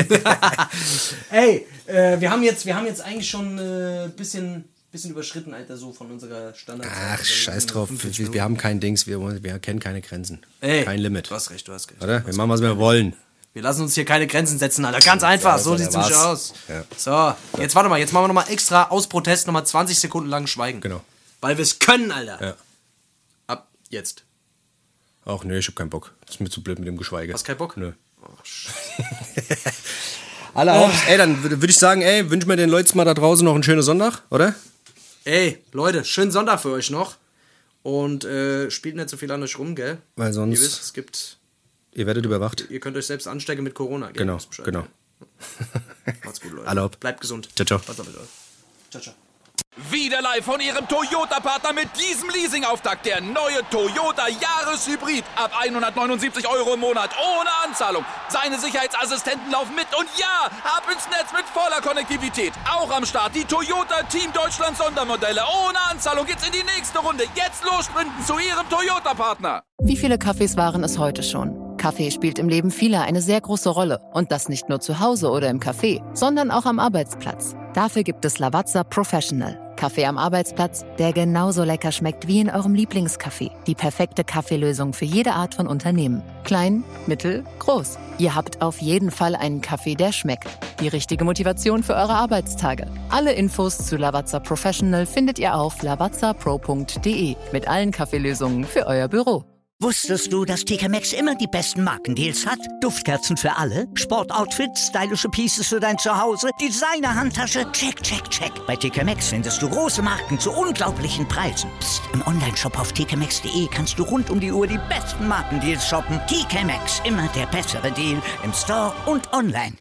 Speaker 2: Ey, äh, wir haben jetzt, wir haben jetzt eigentlich schon ein äh, bisschen, bisschen überschritten, Alter, so von unserer Standardzeit.
Speaker 3: Ach,
Speaker 2: also,
Speaker 3: scheiß drauf. Wir, wir haben kein Dings, wir, wir kennen keine Grenzen.
Speaker 2: Ey,
Speaker 3: kein Limit.
Speaker 2: Du hast recht, du hast recht.
Speaker 3: Oder? Wir machen, was wir wollen.
Speaker 2: Wir lassen uns hier keine Grenzen setzen, Alter. Ganz einfach,
Speaker 3: Ja,
Speaker 2: so sieht's
Speaker 3: war's.
Speaker 2: nämlich aus.
Speaker 3: Ja.
Speaker 2: So, jetzt warte mal, jetzt machen wir nochmal extra aus Protest nochmal zwanzig Sekunden lang Schweigen.
Speaker 3: Genau.
Speaker 2: Weil wir es können, Alter.
Speaker 3: Ja.
Speaker 2: Ab jetzt.
Speaker 3: Ach nö, ich hab keinen Bock. Das ist mir zu blöd mit dem Geschweige.
Speaker 2: Hast keinen Bock?
Speaker 3: Nö.
Speaker 2: Oh, Scheiße.
Speaker 3: Allerhaupt, ey, dann würde würd ich sagen, ey, wünschen wir den Leuten mal da draußen noch einen schönen Sonntag, oder?
Speaker 2: Ey, Leute, schönen Sonntag für euch noch. Und äh, spielt nicht so viel an euch rum, gell?
Speaker 3: Weil sonst.
Speaker 2: Ihr wisst, es gibt.
Speaker 3: Ihr werdet überwacht.
Speaker 2: Ihr könnt euch selbst anstecken mit Corona, gell?
Speaker 3: Genau,
Speaker 2: Bescheid,
Speaker 3: genau.
Speaker 2: Gell? Macht's gut, Leute.
Speaker 3: Allerhaupt.
Speaker 2: Bleibt gesund.
Speaker 3: Ciao, ciao.
Speaker 2: Pass auf mit euch. Ciao, ciao.
Speaker 4: Wieder live von Ihrem Toyota-Partner mit diesem Leasing-Auftakt. Der neue Toyota Jahreshybrid. Ab hundertneunundsiebzig Euro im Monat. Ohne Anzahlung. Seine Sicherheitsassistenten laufen mit. Und ja, ab ins Netz mit voller Konnektivität. Auch am Start die Toyota Team Deutschland Sondermodelle. Ohne Anzahlung geht's in die nächste Runde. Jetzt los sprinten zu Ihrem Toyota-Partner.
Speaker 5: Wie viele Kaffees waren es heute schon? Kaffee spielt im Leben vieler eine sehr große Rolle. Und das nicht nur zu Hause oder im Café, sondern auch am Arbeitsplatz. Dafür gibt es Lavazza Professional. Kaffee am Arbeitsplatz, der genauso lecker schmeckt wie in eurem Lieblingscafé. Die perfekte Kaffeelösung für jede Art von Unternehmen. Klein, mittel, groß. Ihr habt auf jeden Fall einen Kaffee, der schmeckt. Die richtige Motivation für eure Arbeitstage. Alle Infos zu Lavazza Professional findet ihr auf lavazza pro punkt de mit allen Kaffeelösungen für euer Büro.
Speaker 1: Wusstest du, dass T K Maxx immer die besten Markendeals hat? Duftkerzen für alle, Sportoutfits, stylische Pieces für dein Zuhause, Designer-Handtasche, check, check, check. Bei T K Maxx findest du große Marken zu unglaublichen Preisen. Psst. im Onlineshop auf t k maxx punkt de kannst du rund um die Uhr die besten Markendeals shoppen. T K Maxx, immer der bessere Deal im Store und online.